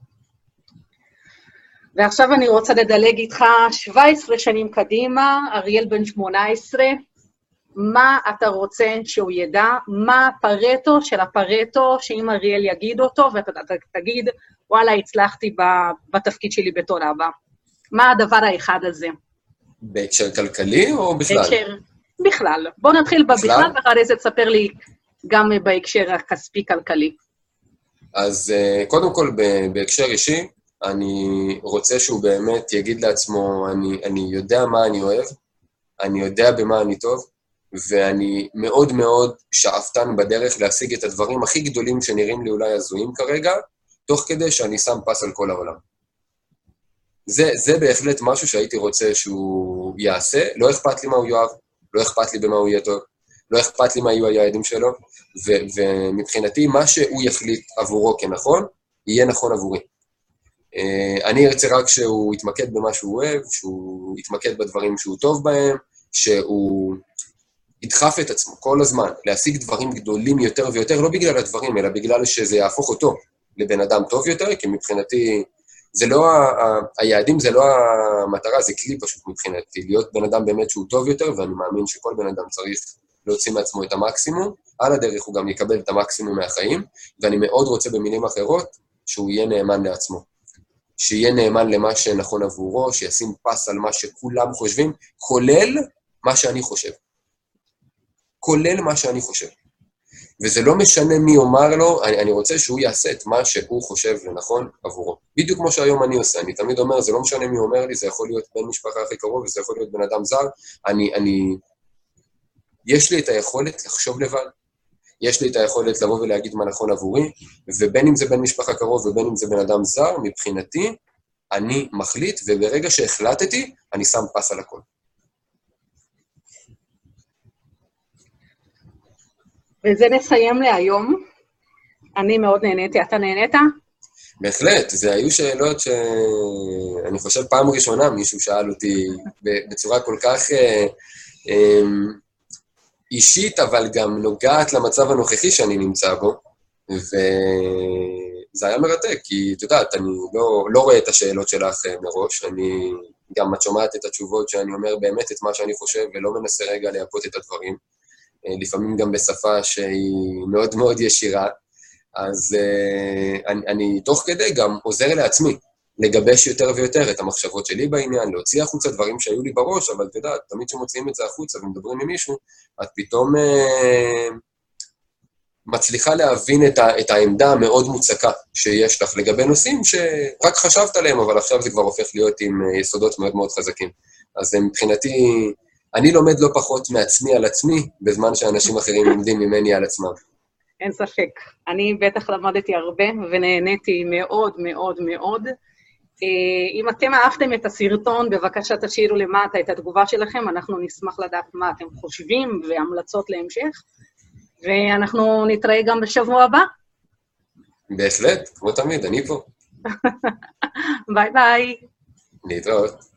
ועכשיו אני רוצה לדלג איתך שבע עשרה שנים קדימה, אריאל בן שמונה עשרה, מה אתה רוצה שהוא ידע, מה הפרטו של הפרטו, שאם אריאל יגיד אותו, ואתה תגיד, וואלה, הצלחתי בתפקיד שלי בתור אבא. מה הדבר האחד הזה? בהקשר כלכלי או בכלל? בהקשר, בכלל. בוא נתחיל בכלל, ואחרי זה תספר לי גם בהקשר הכספי-כלכלי. אז קודם כל, בהקשר אישי, אני רוצה שהוא באמת יגיד לעצמו, אני, אני יודע מה אני אוהב, אני יודע במה אני טוב, ואני מאוד מאוד שאפתן בדרך להשיג את הדברים הכי גדולים שנראים לי אולי הזויים כרגע, תוך כדי שאני שם פס על כל העולם. זה, זה בהחלט משהו שהייתי רוצה שהוא יעשה, לא אכפת לי מה הוא יאהב, לא אכפת לי במה הוא יהיה טוב, לא אכפת לי מה יהיו היעדים שלו, ו- ומבחינתי מה שהוא יחליט עבורו כנכון, יהיה נכון עבורי. אני ארצה רק שהוא יתמקד במה שהוא אוהב, שהוא יתמקד בדברים שהוא טוב בהם, שהוא ידחף את עצמו כל הזמן, להשיג דברים גדולים יותר ויותר, לא בגלל הדברים, אלא בגלל שזה יהפוך אותו לבן אדם טוב יותר, כי מבחינתי, זה לא, ה- היעדים זה לא המטרה, זה כלי פשוט מבחינתי, להיות בן אדם באמת שהוא טוב יותר, ואני מאמין שכל בן אדם צריך להוציא מעצמו את המקסימום, על הדרך הוא גם יקבל את המקסימום מהחיים, ואני מאוד רוצה במילים אחרות, שהוא יהיה נאמן לעצמו. שיהיה נאמן למה שנכון עבורו, שישים פס על מה שכולם חושבים, כולל מה שאני חושב. כולל מה שאני חושב. וזה לא משנה מי אומר לו, אני, אני רוצה שהוא יעשה את מה שהוא חושב לנכון עבורו. בדיוק כמו שהיום אני עושה, אני תמיד אומר, זה לא משנה מי אומר לי, זה יכול להיות בן משפחה הכי קרוב, וזה יכול להיות בן אדם זר, אני, אני, יש לי את היכולת לחשוב לבד, יש לי את היכולת לבוא ולהגיד מה נכון עבורי, ובין אם זה בן משפחה קרוב ובין אם זה בן אדם זר, מבחינתי, אני מחליט, וברגע שהחלטתי, אני שם פס על הכל. וזה נסיים להיום. אני מאוד נהניתי. אתה נהנית? בהחלט, זה היו שאלות שאני חושב פעם ראשונה מישהו שאל אותי בצורה כל כך אה, אה, אישית, אבל גם נוגעת למצב הנוכחי שאני נמצא בו, וזה היה מרתק, כי את יודעת, אני לא, לא רואה את השאלות שלך מראש, אני גם את שומעת את התשובות שאני אומר באמת את מה שאני חושב, ולא מנסה רגע להפות את הדברים, לפעמים גם בשפה שהיא מאוד מאוד ישירה, אז אני, אני תוך כדי גם עוזר לעצמי, לגבש יותר ויותר את המחשבות שלי בעניין, להוציא החוצה דברים שהיו לי בראש, אבל אתה יודע, תמיד שמוציאים את זה החוצה ומדברים עם מישהו, את פתאום אה, מצליחה להבין את, ה, את העמדה המאוד מוצקה שיש לך לגבי נושאים שרק חשבת עליהם, אבל עכשיו זה כבר הופך להיות עם יסודות מאוד מאוד חזקים. אז מבחינתי, אני לומד לא פחות מעצמי על עצמי, בזמן שאנשים אחרים לומדים ממני על עצמם. אין ספק. אני בטח למדתי הרבה ונהניתי מאוד מאוד מאוד. אם אתם אהבתם את הסרטון, בבקשה תשאירו למטה את התגובה שלכם, אנחנו נשמח לדעת מה אתם חושבים והמלצות להמשך, ואנחנו נתראה גם בשבוע הבא. בהחלט, כמו תמיד, אני פה. ביי ביי. להתראות.